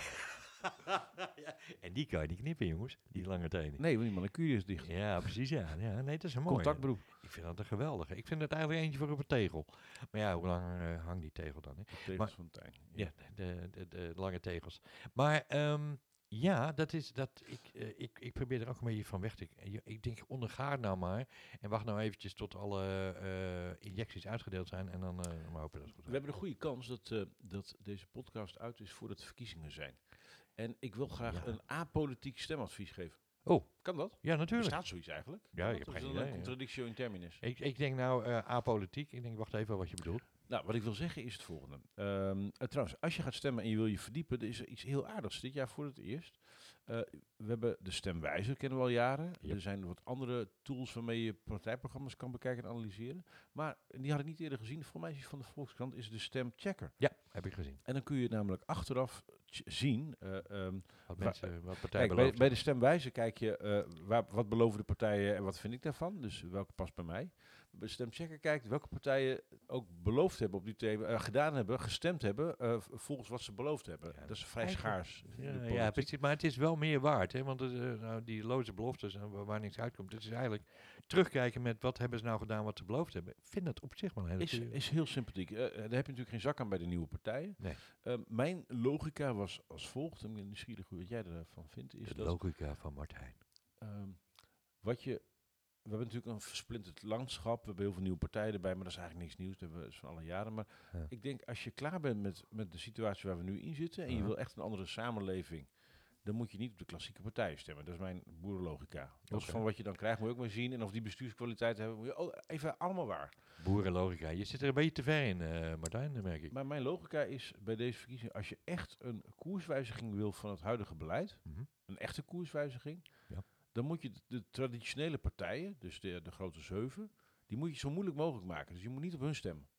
Speaker 2: Ja, en die kan je niet knippen, jongens. Die lange tenen.
Speaker 1: Nee, want die manicure is dicht.
Speaker 2: Ja, precies, ja. ja nee, dat is een mooie.
Speaker 1: Contactbroek.
Speaker 2: Ik vind dat een geweldige. Ik vind het eigenlijk eentje voor op een tegel. Maar ja, hoe lang uh, hangt die tegel dan? Hè?
Speaker 1: Tegels
Speaker 2: maar,
Speaker 1: van de tuin.
Speaker 2: Ja, ja de, de, de, de lange tegels. Maar um, ja, dat is dat. Ik, uh, ik, ik probeer er ook een beetje van weg te. Ik, ik denk, onderga het nou maar. En wacht nou eventjes tot alle uh, injecties uitgedeeld zijn. En dan uh, maar hopen dat het goed
Speaker 1: We hebben de goede kans dat, uh, dat deze podcast uit is voordat de verkiezingen zijn. En ik wil graag ja. een apolitiek stemadvies geven.
Speaker 2: Oh.
Speaker 1: Kan dat?
Speaker 2: Ja, natuurlijk.
Speaker 1: Bestaat zoiets eigenlijk?
Speaker 2: Ja,
Speaker 1: dat
Speaker 2: je hebt
Speaker 1: is
Speaker 2: geen
Speaker 1: een
Speaker 2: idee.
Speaker 1: contradictio in terminis.
Speaker 2: Ik, ik denk nou uh, apolitiek. Ik denk, wacht even wat je bedoelt.
Speaker 1: Nou, wat ik wil zeggen is het volgende. Um, uh, trouwens, als je gaat stemmen en je wil je verdiepen, er is er iets heel aardigs dit jaar voor het eerst. Uh, we hebben de stemwijzer, kennen we al jaren. Yep. Er zijn wat andere tools waarmee je partijprogramma's kan bekijken en analyseren. Maar die had ik niet eerder gezien. Voor mij is die van de Volkskrant is de stemchecker.
Speaker 2: Ja, heb ik gezien.
Speaker 1: En dan kun je namelijk achteraf zien. Uh, um,
Speaker 2: wat, mensen, wat partijen
Speaker 1: kijk, bij, bij de stemwijzer kijk je uh, waar, wat beloven de partijen en wat vind ik daarvan. Dus welke past bij mij. Bij de stemchecker kijkt welke partijen ook beloofd hebben op die thema, uh, gedaan hebben, gestemd hebben, uh, volgens wat ze beloofd hebben. Ja, dat is vrij schaars.
Speaker 2: Ja, ja, precies. Maar het is wel meer waard, hè? Want uh, nou, die loze beloftes en waar, waar niks uitkomt, het is eigenlijk terugkijken met wat hebben ze nou gedaan wat ze beloofd hebben. Ik vind dat op zich wel heel
Speaker 1: is, is heel sympathiek. Uh, daar heb je natuurlijk geen zak aan bij de nieuwe partijen.
Speaker 2: Nee.
Speaker 1: Uh, mijn logica was als volgt, en ik ben nieuwsgierig hoe wat jij ervan vindt. Is
Speaker 2: de
Speaker 1: dat,
Speaker 2: logica van Martijn.
Speaker 1: Um, wat je We hebben natuurlijk een versplinterd landschap. We hebben heel veel nieuwe partijen erbij, maar dat is eigenlijk niks nieuws. Dat hebben we van alle jaren. Maar ja. ik denk, als je klaar bent met, met de situatie waar we nu in zitten en uh-huh. je wil echt een andere samenleving, dan moet je niet op de klassieke partijen stemmen. Dat is mijn boerenlogica. Los okay. van wat je dan krijgt, moet je ook maar zien. En of die bestuurskwaliteit hebben, moet je oh, even allemaal waar.
Speaker 2: Boerenlogica. Je zit er een beetje te ver in, uh, Martijn, dat merk ik.
Speaker 1: Maar mijn logica is bij deze verkiezingen, als je echt een koerswijziging wil van het huidige beleid, uh-huh. een echte koerswijziging, ja. dan moet je de, de traditionele partijen, dus de, de grote zeven, die moet je zo moeilijk mogelijk maken. Dus je moet niet op hun stemmen.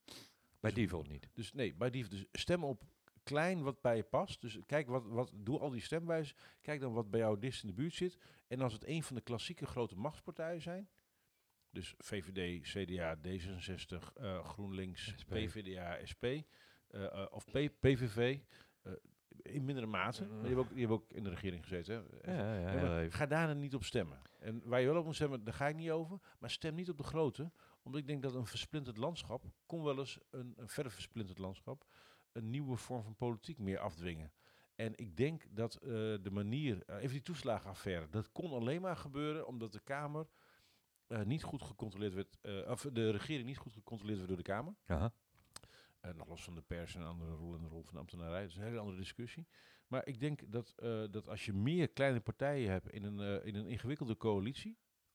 Speaker 2: Bij
Speaker 1: dus,
Speaker 2: default niet?
Speaker 1: Dus nee, bij default. Dus stem op klein wat bij je past. Dus kijk, wat, wat, doe al die stemwijzen. Kijk dan wat bij jou dichtst in de buurt zit. En als het een van de klassieke grote machtspartijen zijn, dus V V D, C D A, D zesenzestig, uh, GroenLinks, S P. P V D A, S P, uh, uh, of P V V... Uh, in mindere mate. Maar die hebben, ook, die hebben ook in de regering gezeten. Hè?
Speaker 2: Ja, ja,
Speaker 1: ja,
Speaker 2: ja,
Speaker 1: ga daar dan niet op stemmen. En waar je wel op moet stemmen, daar ga ik niet over. Maar stem niet op de grote. Omdat ik denk dat een versplinterd landschap, kon wel eens een, een verder versplinterd landschap, een nieuwe vorm van politiek meer afdwingen. En ik denk dat uh, de manier, uh, even die toeslagenaffaire, dat kon alleen maar gebeuren omdat de Kamer uh, niet goed gecontroleerd werd, uh, of de regering niet goed gecontroleerd werd door de Kamer.
Speaker 2: Aha.
Speaker 1: Uh, nog los van de pers en een andere rol en de rol van de ambtenarij. Dat is een hele andere discussie. Maar ik denk dat, uh, dat als je meer kleine partijen hebt in een, uh, in een ingewikkelde coalitie.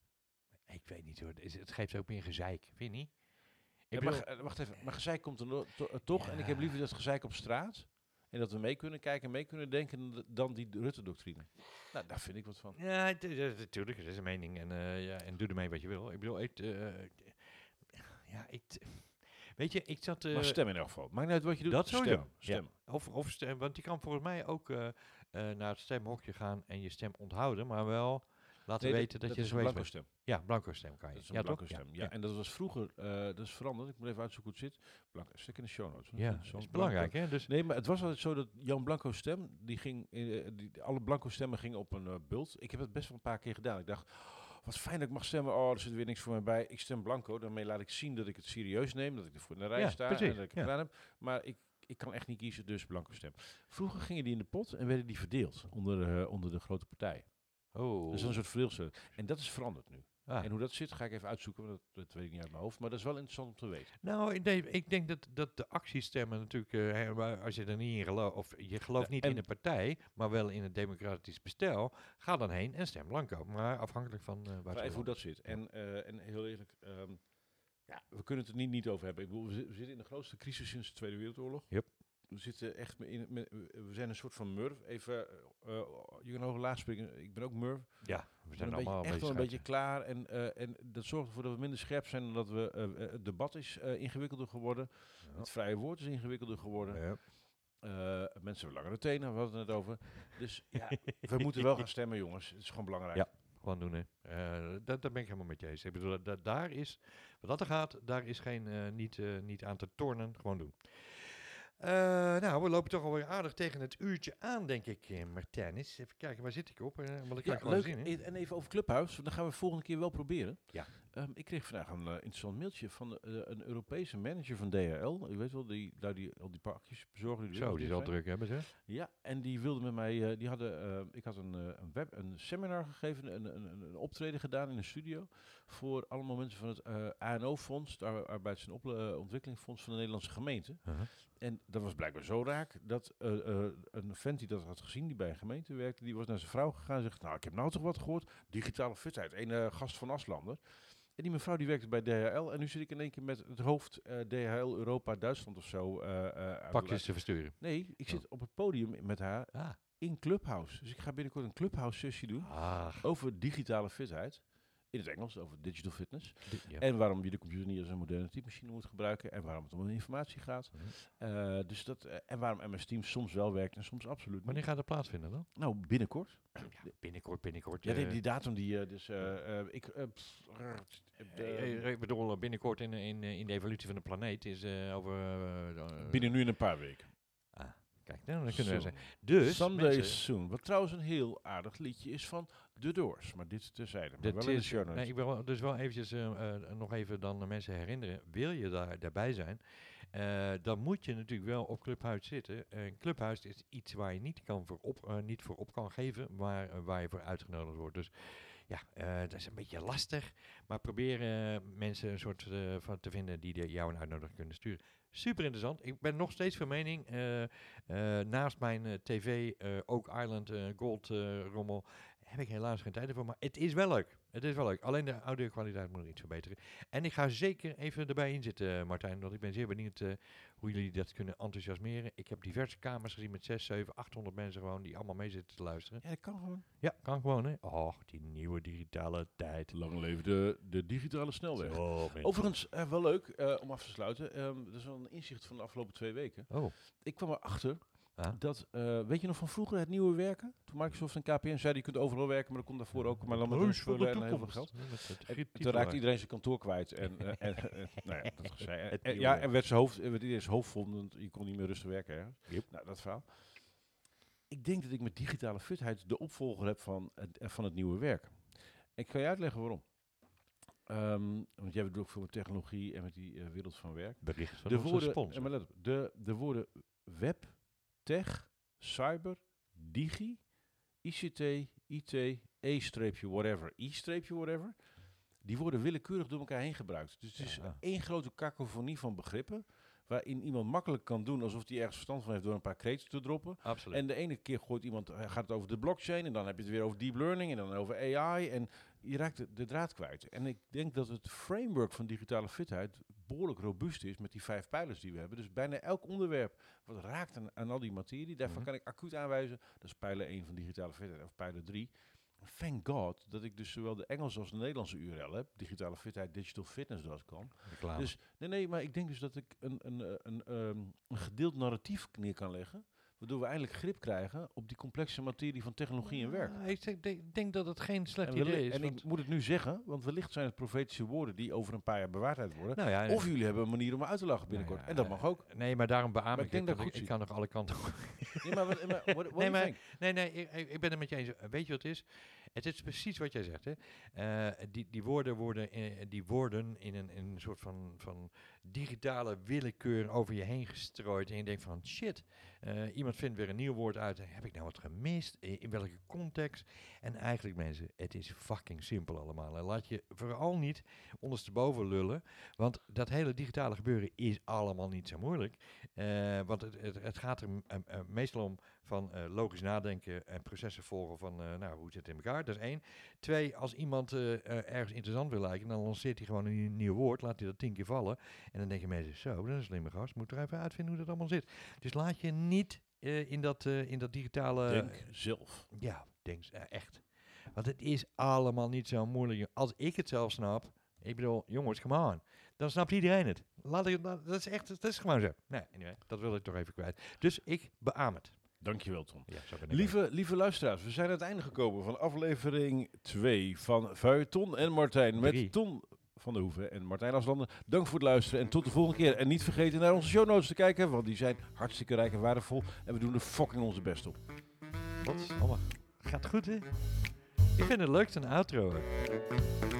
Speaker 2: Ik weet niet hoor. Het geeft ook meer gezeik. Vind je niet?
Speaker 1: Ik ja, maar, uh, wacht even. Maar gezeik komt er no- to- uh, toch. Ja. En ik heb liever dat gezeik op straat. En dat we mee kunnen kijken en mee kunnen denken dan die Rutte-doctrine. Nou, daar vind ik wat van.
Speaker 2: Ja, natuurlijk. Dat is een mening. En, uh, ja, en doe ermee wat je wil. Ik bedoel, ik... Uh, ja, ik... Weet je, ik zat... Uh,
Speaker 1: maar stem in elk geval. Maakt niet uit wat je doet.
Speaker 2: Dat sowieso.
Speaker 1: Stem.
Speaker 2: Ja. Of, of stem, want je kan volgens mij ook uh, uh, naar het stemhokje gaan en je stem onthouden, maar wel laten
Speaker 1: Nee,
Speaker 2: weten dat,
Speaker 1: dat
Speaker 2: je
Speaker 1: is
Speaker 2: zo
Speaker 1: een
Speaker 2: bent.
Speaker 1: blanco stem.
Speaker 2: Ja, blanco stem kan je.
Speaker 1: Dat is een
Speaker 2: Ja,
Speaker 1: blanco
Speaker 2: toch?
Speaker 1: stem. Ja, en dat was vroeger, uh, dat is veranderd. Ik moet even uitzoeken hoe het zit. Blanco, stek in de show notes.
Speaker 2: Ja, dat is belangrijk, hè? Dus
Speaker 1: Nee, maar het was altijd zo dat Jan Blanco stem, die ging, uh, die, alle blanco stemmen gingen op een uh, bult. Ik heb het best wel een paar keer gedaan. Ik dacht, wat fijn dat ik mag stemmen. Oh, er zit weer niks voor mij bij. Ik stem blanco. Daarmee laat ik zien dat ik het serieus neem. Dat ik ervoor in de rij
Speaker 2: Ja,
Speaker 1: sta
Speaker 2: precies,
Speaker 1: en dat ik het
Speaker 2: ja.
Speaker 1: gedaan heb. Maar ik, ik kan echt niet kiezen, dus blanco stem. Vroeger gingen die in de pot en werden die verdeeld onder, uh, onder de grote partijen.
Speaker 2: oh.
Speaker 1: Dus dat is een soort verdeelster. En dat is veranderd nu.
Speaker 2: Ah.
Speaker 1: En hoe dat zit, ga ik even uitzoeken, want dat, dat weet ik niet uit mijn hoofd. Maar dat is wel interessant om te weten.
Speaker 2: Nou, ik denk, ik denk dat, dat de actiestemmen natuurlijk, uh, hè, maar als je er niet in gelooft, of je gelooft
Speaker 1: Ja,
Speaker 2: niet
Speaker 1: en-
Speaker 2: in een partij, maar wel in het democratisch bestel, ga dan heen en stem blanco. Maar afhankelijk van uh, waar
Speaker 1: Maar
Speaker 2: het
Speaker 1: even hoe
Speaker 2: land.
Speaker 1: dat zit. En, uh, en heel eerlijk, um, ja, we kunnen het er niet, niet over hebben. Ik bedoel, we, zi- we zitten in de grootste crisis sinds de Tweede Wereldoorlog.
Speaker 2: Yep.
Speaker 1: We zitten echt in, met, we zijn een soort van murf. Even, uh, je kan hoog laag spreken. Ik ben ook murf.
Speaker 2: Ja, we
Speaker 1: We
Speaker 2: zijn
Speaker 1: een
Speaker 2: allemaal
Speaker 1: beetje, echt
Speaker 2: een
Speaker 1: wel een
Speaker 2: beetje
Speaker 1: beetje klaar. En, uh, en dat zorgt ervoor dat we minder scherp zijn. Omdat we, uh, het debat is uh, ingewikkelder geworden.
Speaker 2: Ja.
Speaker 1: Het vrije woord is ingewikkelder geworden.
Speaker 2: Ja.
Speaker 1: Uh, mensen hebben langere tenen, we hadden het over. Dus ja, we moeten wel gaan stemmen, jongens. Het is gewoon belangrijk.
Speaker 2: Ja. Gewoon doen, hè. Uh, dat, dat ben ik helemaal met je eens. Ik bedoel, dat, daar is, wat dat er gaat, daar is geen, uh, niet, uh, niet aan te tornen. Gewoon doen. Uh, nou, we lopen toch alweer aardig tegen het uurtje aan, denk ik, uh, Martijnis. Even kijken, waar zit ik op? Uh, want ik
Speaker 1: Ja,
Speaker 2: kan
Speaker 1: leuk.
Speaker 2: zien, hè?
Speaker 1: E- en even over Clubhouse, dan gaan we volgende keer wel proberen.
Speaker 2: Ja.
Speaker 1: Um, ik kreeg vandaag een uh, interessant mailtje van uh, een Europese manager van D H L. U weet wel, die, die, die al die pakjes bezorgen. Die
Speaker 2: Zo, die zal druk hebben, zeg.
Speaker 1: Ja, en die wilde met mij, uh, die hadden, uh, ik had een, uh, een, web, een seminar gegeven, een, een, een, een optreden gedaan in een studio voor allemaal mensen van het uh, A N O-fonds, het Ar- Arbeids- en Ople- uh, Ontwikkelingsfonds van de Nederlandse gemeente.
Speaker 2: Uh-huh.
Speaker 1: En dat was blijkbaar zo raak dat uh, uh, een vent die dat had gezien, die bij een gemeente werkte, die was naar zijn vrouw gegaan en zegt, nou, ik heb nou toch wat gehoord, digitale fitheid, een uh, gast van Aslander. En die mevrouw die werkte bij D H L en nu zit ik in één keer met het hoofd uh, D H L Europa Duitsland of zo. Uh, uh,
Speaker 2: Pakjes te versturen.
Speaker 1: Nee, ik zit
Speaker 2: oh.
Speaker 1: op het podium met haar
Speaker 2: Ah.
Speaker 1: in Clubhouse. Dus ik ga binnenkort een Clubhouse sessie doen
Speaker 2: Ah.
Speaker 1: over digitale fitheid. In het Engels, over digital fitness.
Speaker 2: Di- ja.
Speaker 1: En waarom je de computer niet als een moderne typemachine moet gebruiken. En waarom het om informatie gaat.
Speaker 2: Uh-huh.
Speaker 1: Uh, dus dat, uh, en waarom M S Teams soms wel werkt en soms absoluut niet.
Speaker 2: Wanneer gaat het plaatsvinden dan?
Speaker 1: Nou, binnenkort.
Speaker 2: Ja, binnenkort, binnenkort.
Speaker 1: Ja, die,
Speaker 2: uh,
Speaker 1: die datum die uh, dus... Uh, uh, ik, uh, pff, rrr,
Speaker 2: uh, uh, ik bedoel, binnenkort in, in, in de evolutie van de planeet is uh, over... Uh, uh,
Speaker 1: binnen nu in een paar weken.
Speaker 2: Ah, kijk, nou, dan kunnen we
Speaker 1: Soon.
Speaker 2: zeggen. Dus,
Speaker 1: Someday
Speaker 2: mensen,
Speaker 1: Soon. Wat trouwens een heel aardig liedje is van The Doors. Maar dit terzijde. Maar
Speaker 2: dit
Speaker 1: wel in de
Speaker 2: is,
Speaker 1: show notes.
Speaker 2: nee, ik wil dus wel eventjes uh, uh, nog even dan de mensen herinneren. Wil je daar, daarbij zijn? Uh, dan moet je natuurlijk wel op Clubhuis zitten. Uh, Clubhuis is iets waar je niet, kan voor op, uh, niet voor op kan geven, maar uh, waar je voor uitgenodigd wordt. Dus ja, uh, dat is een beetje lastig. Maar probeer uh, mensen een soort uh, van te vinden die de, jou een uitnodiging kunnen sturen. Super interessant. Ik ben nog steeds van mening, uh, uh, naast mijn uh, tv, uh, Oak Island uh, Gold uh, rommel, heb ik helaas geen tijd voor. Maar het is wel leuk. Het is wel leuk. Alleen de audio-kwaliteit moet nog iets verbeteren. En ik ga zeker even erbij inzitten, Martijn. Want ik ben zeer benieuwd uh, hoe jullie dat kunnen enthousiasmeren. Ik heb diverse kamers gezien met zes, zeven, achthonderd mensen gewoon die allemaal mee zitten te luisteren.
Speaker 1: Ja, dat kan gewoon.
Speaker 2: Ja, kan gewoon, hè. Och, die nieuwe digitale tijd.
Speaker 1: Lang leven de, de digitale snelweg.
Speaker 2: Zo,
Speaker 1: Overigens, uh, wel leuk uh, om af te sluiten. Um, dat is wel een inzicht van de afgelopen twee weken.
Speaker 2: Oh.
Speaker 1: Ik kwam erachter
Speaker 2: Ah.
Speaker 1: dat, uh, weet je nog van vroeger, het nieuwe werken? Toen Microsoft en K P N zeiden, je kunt overal werken, maar dat kon daarvoor ook. Maar dan met een spullen en heel veel geld. En toen raakte iedereen zijn kantoor kwijt. En, uh, en uh, nou ja, dat gezegd. En, en, ja, en werd zijn hoofd, werd iedereen zijn hoofd vol, want je kon niet meer rustig werken ergens.
Speaker 2: Yep.
Speaker 1: Nou, dat verhaal. Ik denk dat ik met digitale fitheid de opvolger heb van het, van het nieuwe werken. Ik ga je uitleggen waarom. Um, want jij doet ook veel met technologie en met die uh, wereld van werk.
Speaker 2: Bericht van
Speaker 1: de
Speaker 2: onze
Speaker 1: woorden,
Speaker 2: sponsor.
Speaker 1: uh, maar let op, de, de woorden web, tech, cyber, digi, I C T, I T, E-whatever, I-whatever, die worden willekeurig door elkaar heen gebruikt. Dus het is
Speaker 2: Ja.
Speaker 1: één grote kakofonie van begrippen, waarin iemand makkelijk kan doen alsof hij ergens verstand van heeft door een paar kreten te droppen.
Speaker 2: Absoluut.
Speaker 1: En de ene keer gooit iemand, uh, gaat het over de blockchain en dan heb je het weer over deep learning en dan over A I en je raakt de, de draad kwijt. En ik denk dat het framework van digitale fitheid behoorlijk robuust is met die vijf pijlers die we hebben. Dus bijna elk onderwerp wat raakt aan, aan al die materie, daarvan
Speaker 2: Mm-hmm.
Speaker 1: kan ik acuut aanwijzen, dat is pijler één van digitale fitheid of pijler drie. Thank God dat ik dus zowel de Engelse als de Nederlandse U R L heb, digitale fitheid, digitalfitness punt com.
Speaker 2: Reclame.
Speaker 1: Dus nee, nee, maar ik denk dus dat ik een, een, een, een, um, een gedeeld narratief neer kan leggen. waardoor we eindelijk grip krijgen op die complexe materie van technologie en werk.
Speaker 2: Ja, ik denk- denk, denk dat het geen slecht
Speaker 1: En, welli-
Speaker 2: idee is.
Speaker 1: en
Speaker 2: want-
Speaker 1: ik moet het nu zeggen, want wellicht zijn het profetische woorden die over een paar jaar bewaardheid worden.
Speaker 2: nou ja,
Speaker 1: Of jullie hebben een manier om me uit te lachen binnenkort.
Speaker 2: nou ja,
Speaker 1: en dat mag ook.
Speaker 2: Nee, maar daarom beaam
Speaker 1: Maar
Speaker 2: ik
Speaker 1: ik denk
Speaker 2: het,
Speaker 1: dat
Speaker 2: want
Speaker 1: ik
Speaker 2: ik,
Speaker 1: goed
Speaker 2: ik kan nog alle kanten op.
Speaker 1: Nee, maar, wat- maar what, what
Speaker 2: Nee,
Speaker 1: do you
Speaker 2: maar-
Speaker 1: think?
Speaker 2: Nee, nee, ik, ik ik ben het met je eens. Weet je wat het is? Het is precies wat jij zegt. Hè? Eh, die, die woorden worden, eh, die worden in, een, in een soort van, van digitale willekeur over je heen gestrooid. En je denkt van shit, eh, iemand vindt weer een nieuw woord uit. Heb ik nou wat gemist? In, in welke context? En eigenlijk mensen, het is fucking simpel allemaal. En laat je vooral niet ondersteboven lullen. Want dat hele digitale gebeuren is allemaal niet zo moeilijk. Eh, want het, het, het gaat er m- eh, eh, meestal om van eh, logisch nadenken en processen volgen van, eh, nou, hoe zit het in elkaar? Dat is één. Twee, als iemand eh, eh, ergens interessant wil lijken, dan lanceert hij gewoon een nieuw- nieuw woord, laat hij dat tien keer vallen. En dan denken mensen, zo, dat is een slimme gast, moet er even uitvinden hoe dat allemaal zit. Dus laat je niet eh, in, dat, eh, in dat digitale...
Speaker 1: Denk zelf.
Speaker 2: Ja, denk eh, echt. Want het is allemaal niet zo moeilijk. Als ik het zelf snap, ik bedoel, jongens, come on. Dan snapt iedereen het. Laat ik, dat is echt, dat is gewoon zo. Nee, anyway, dat wil ik toch even kwijt. Dus ik beaam het.
Speaker 1: Dankjewel, Tom.
Speaker 2: Ja, zo ben ik.
Speaker 1: Lieve, lieve luisteraars, we zijn aan het einde gekomen van aflevering twee van Feuilleton en Martijn. Met
Speaker 2: Drie.
Speaker 1: Ton van der Hoeven en Martijn Aslander. Dank voor het luisteren en tot de volgende keer. En niet vergeten naar onze show notes te kijken, want die zijn hartstikke rijk en waardevol. En we doen er fucking onze best op.
Speaker 2: Wat? Allemaal. Gaat goed, hè? Ik vind het leuk, een outro. hè.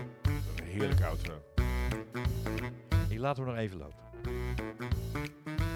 Speaker 1: Een heerlijke outro.
Speaker 2: Ik laat hem nog even lopen.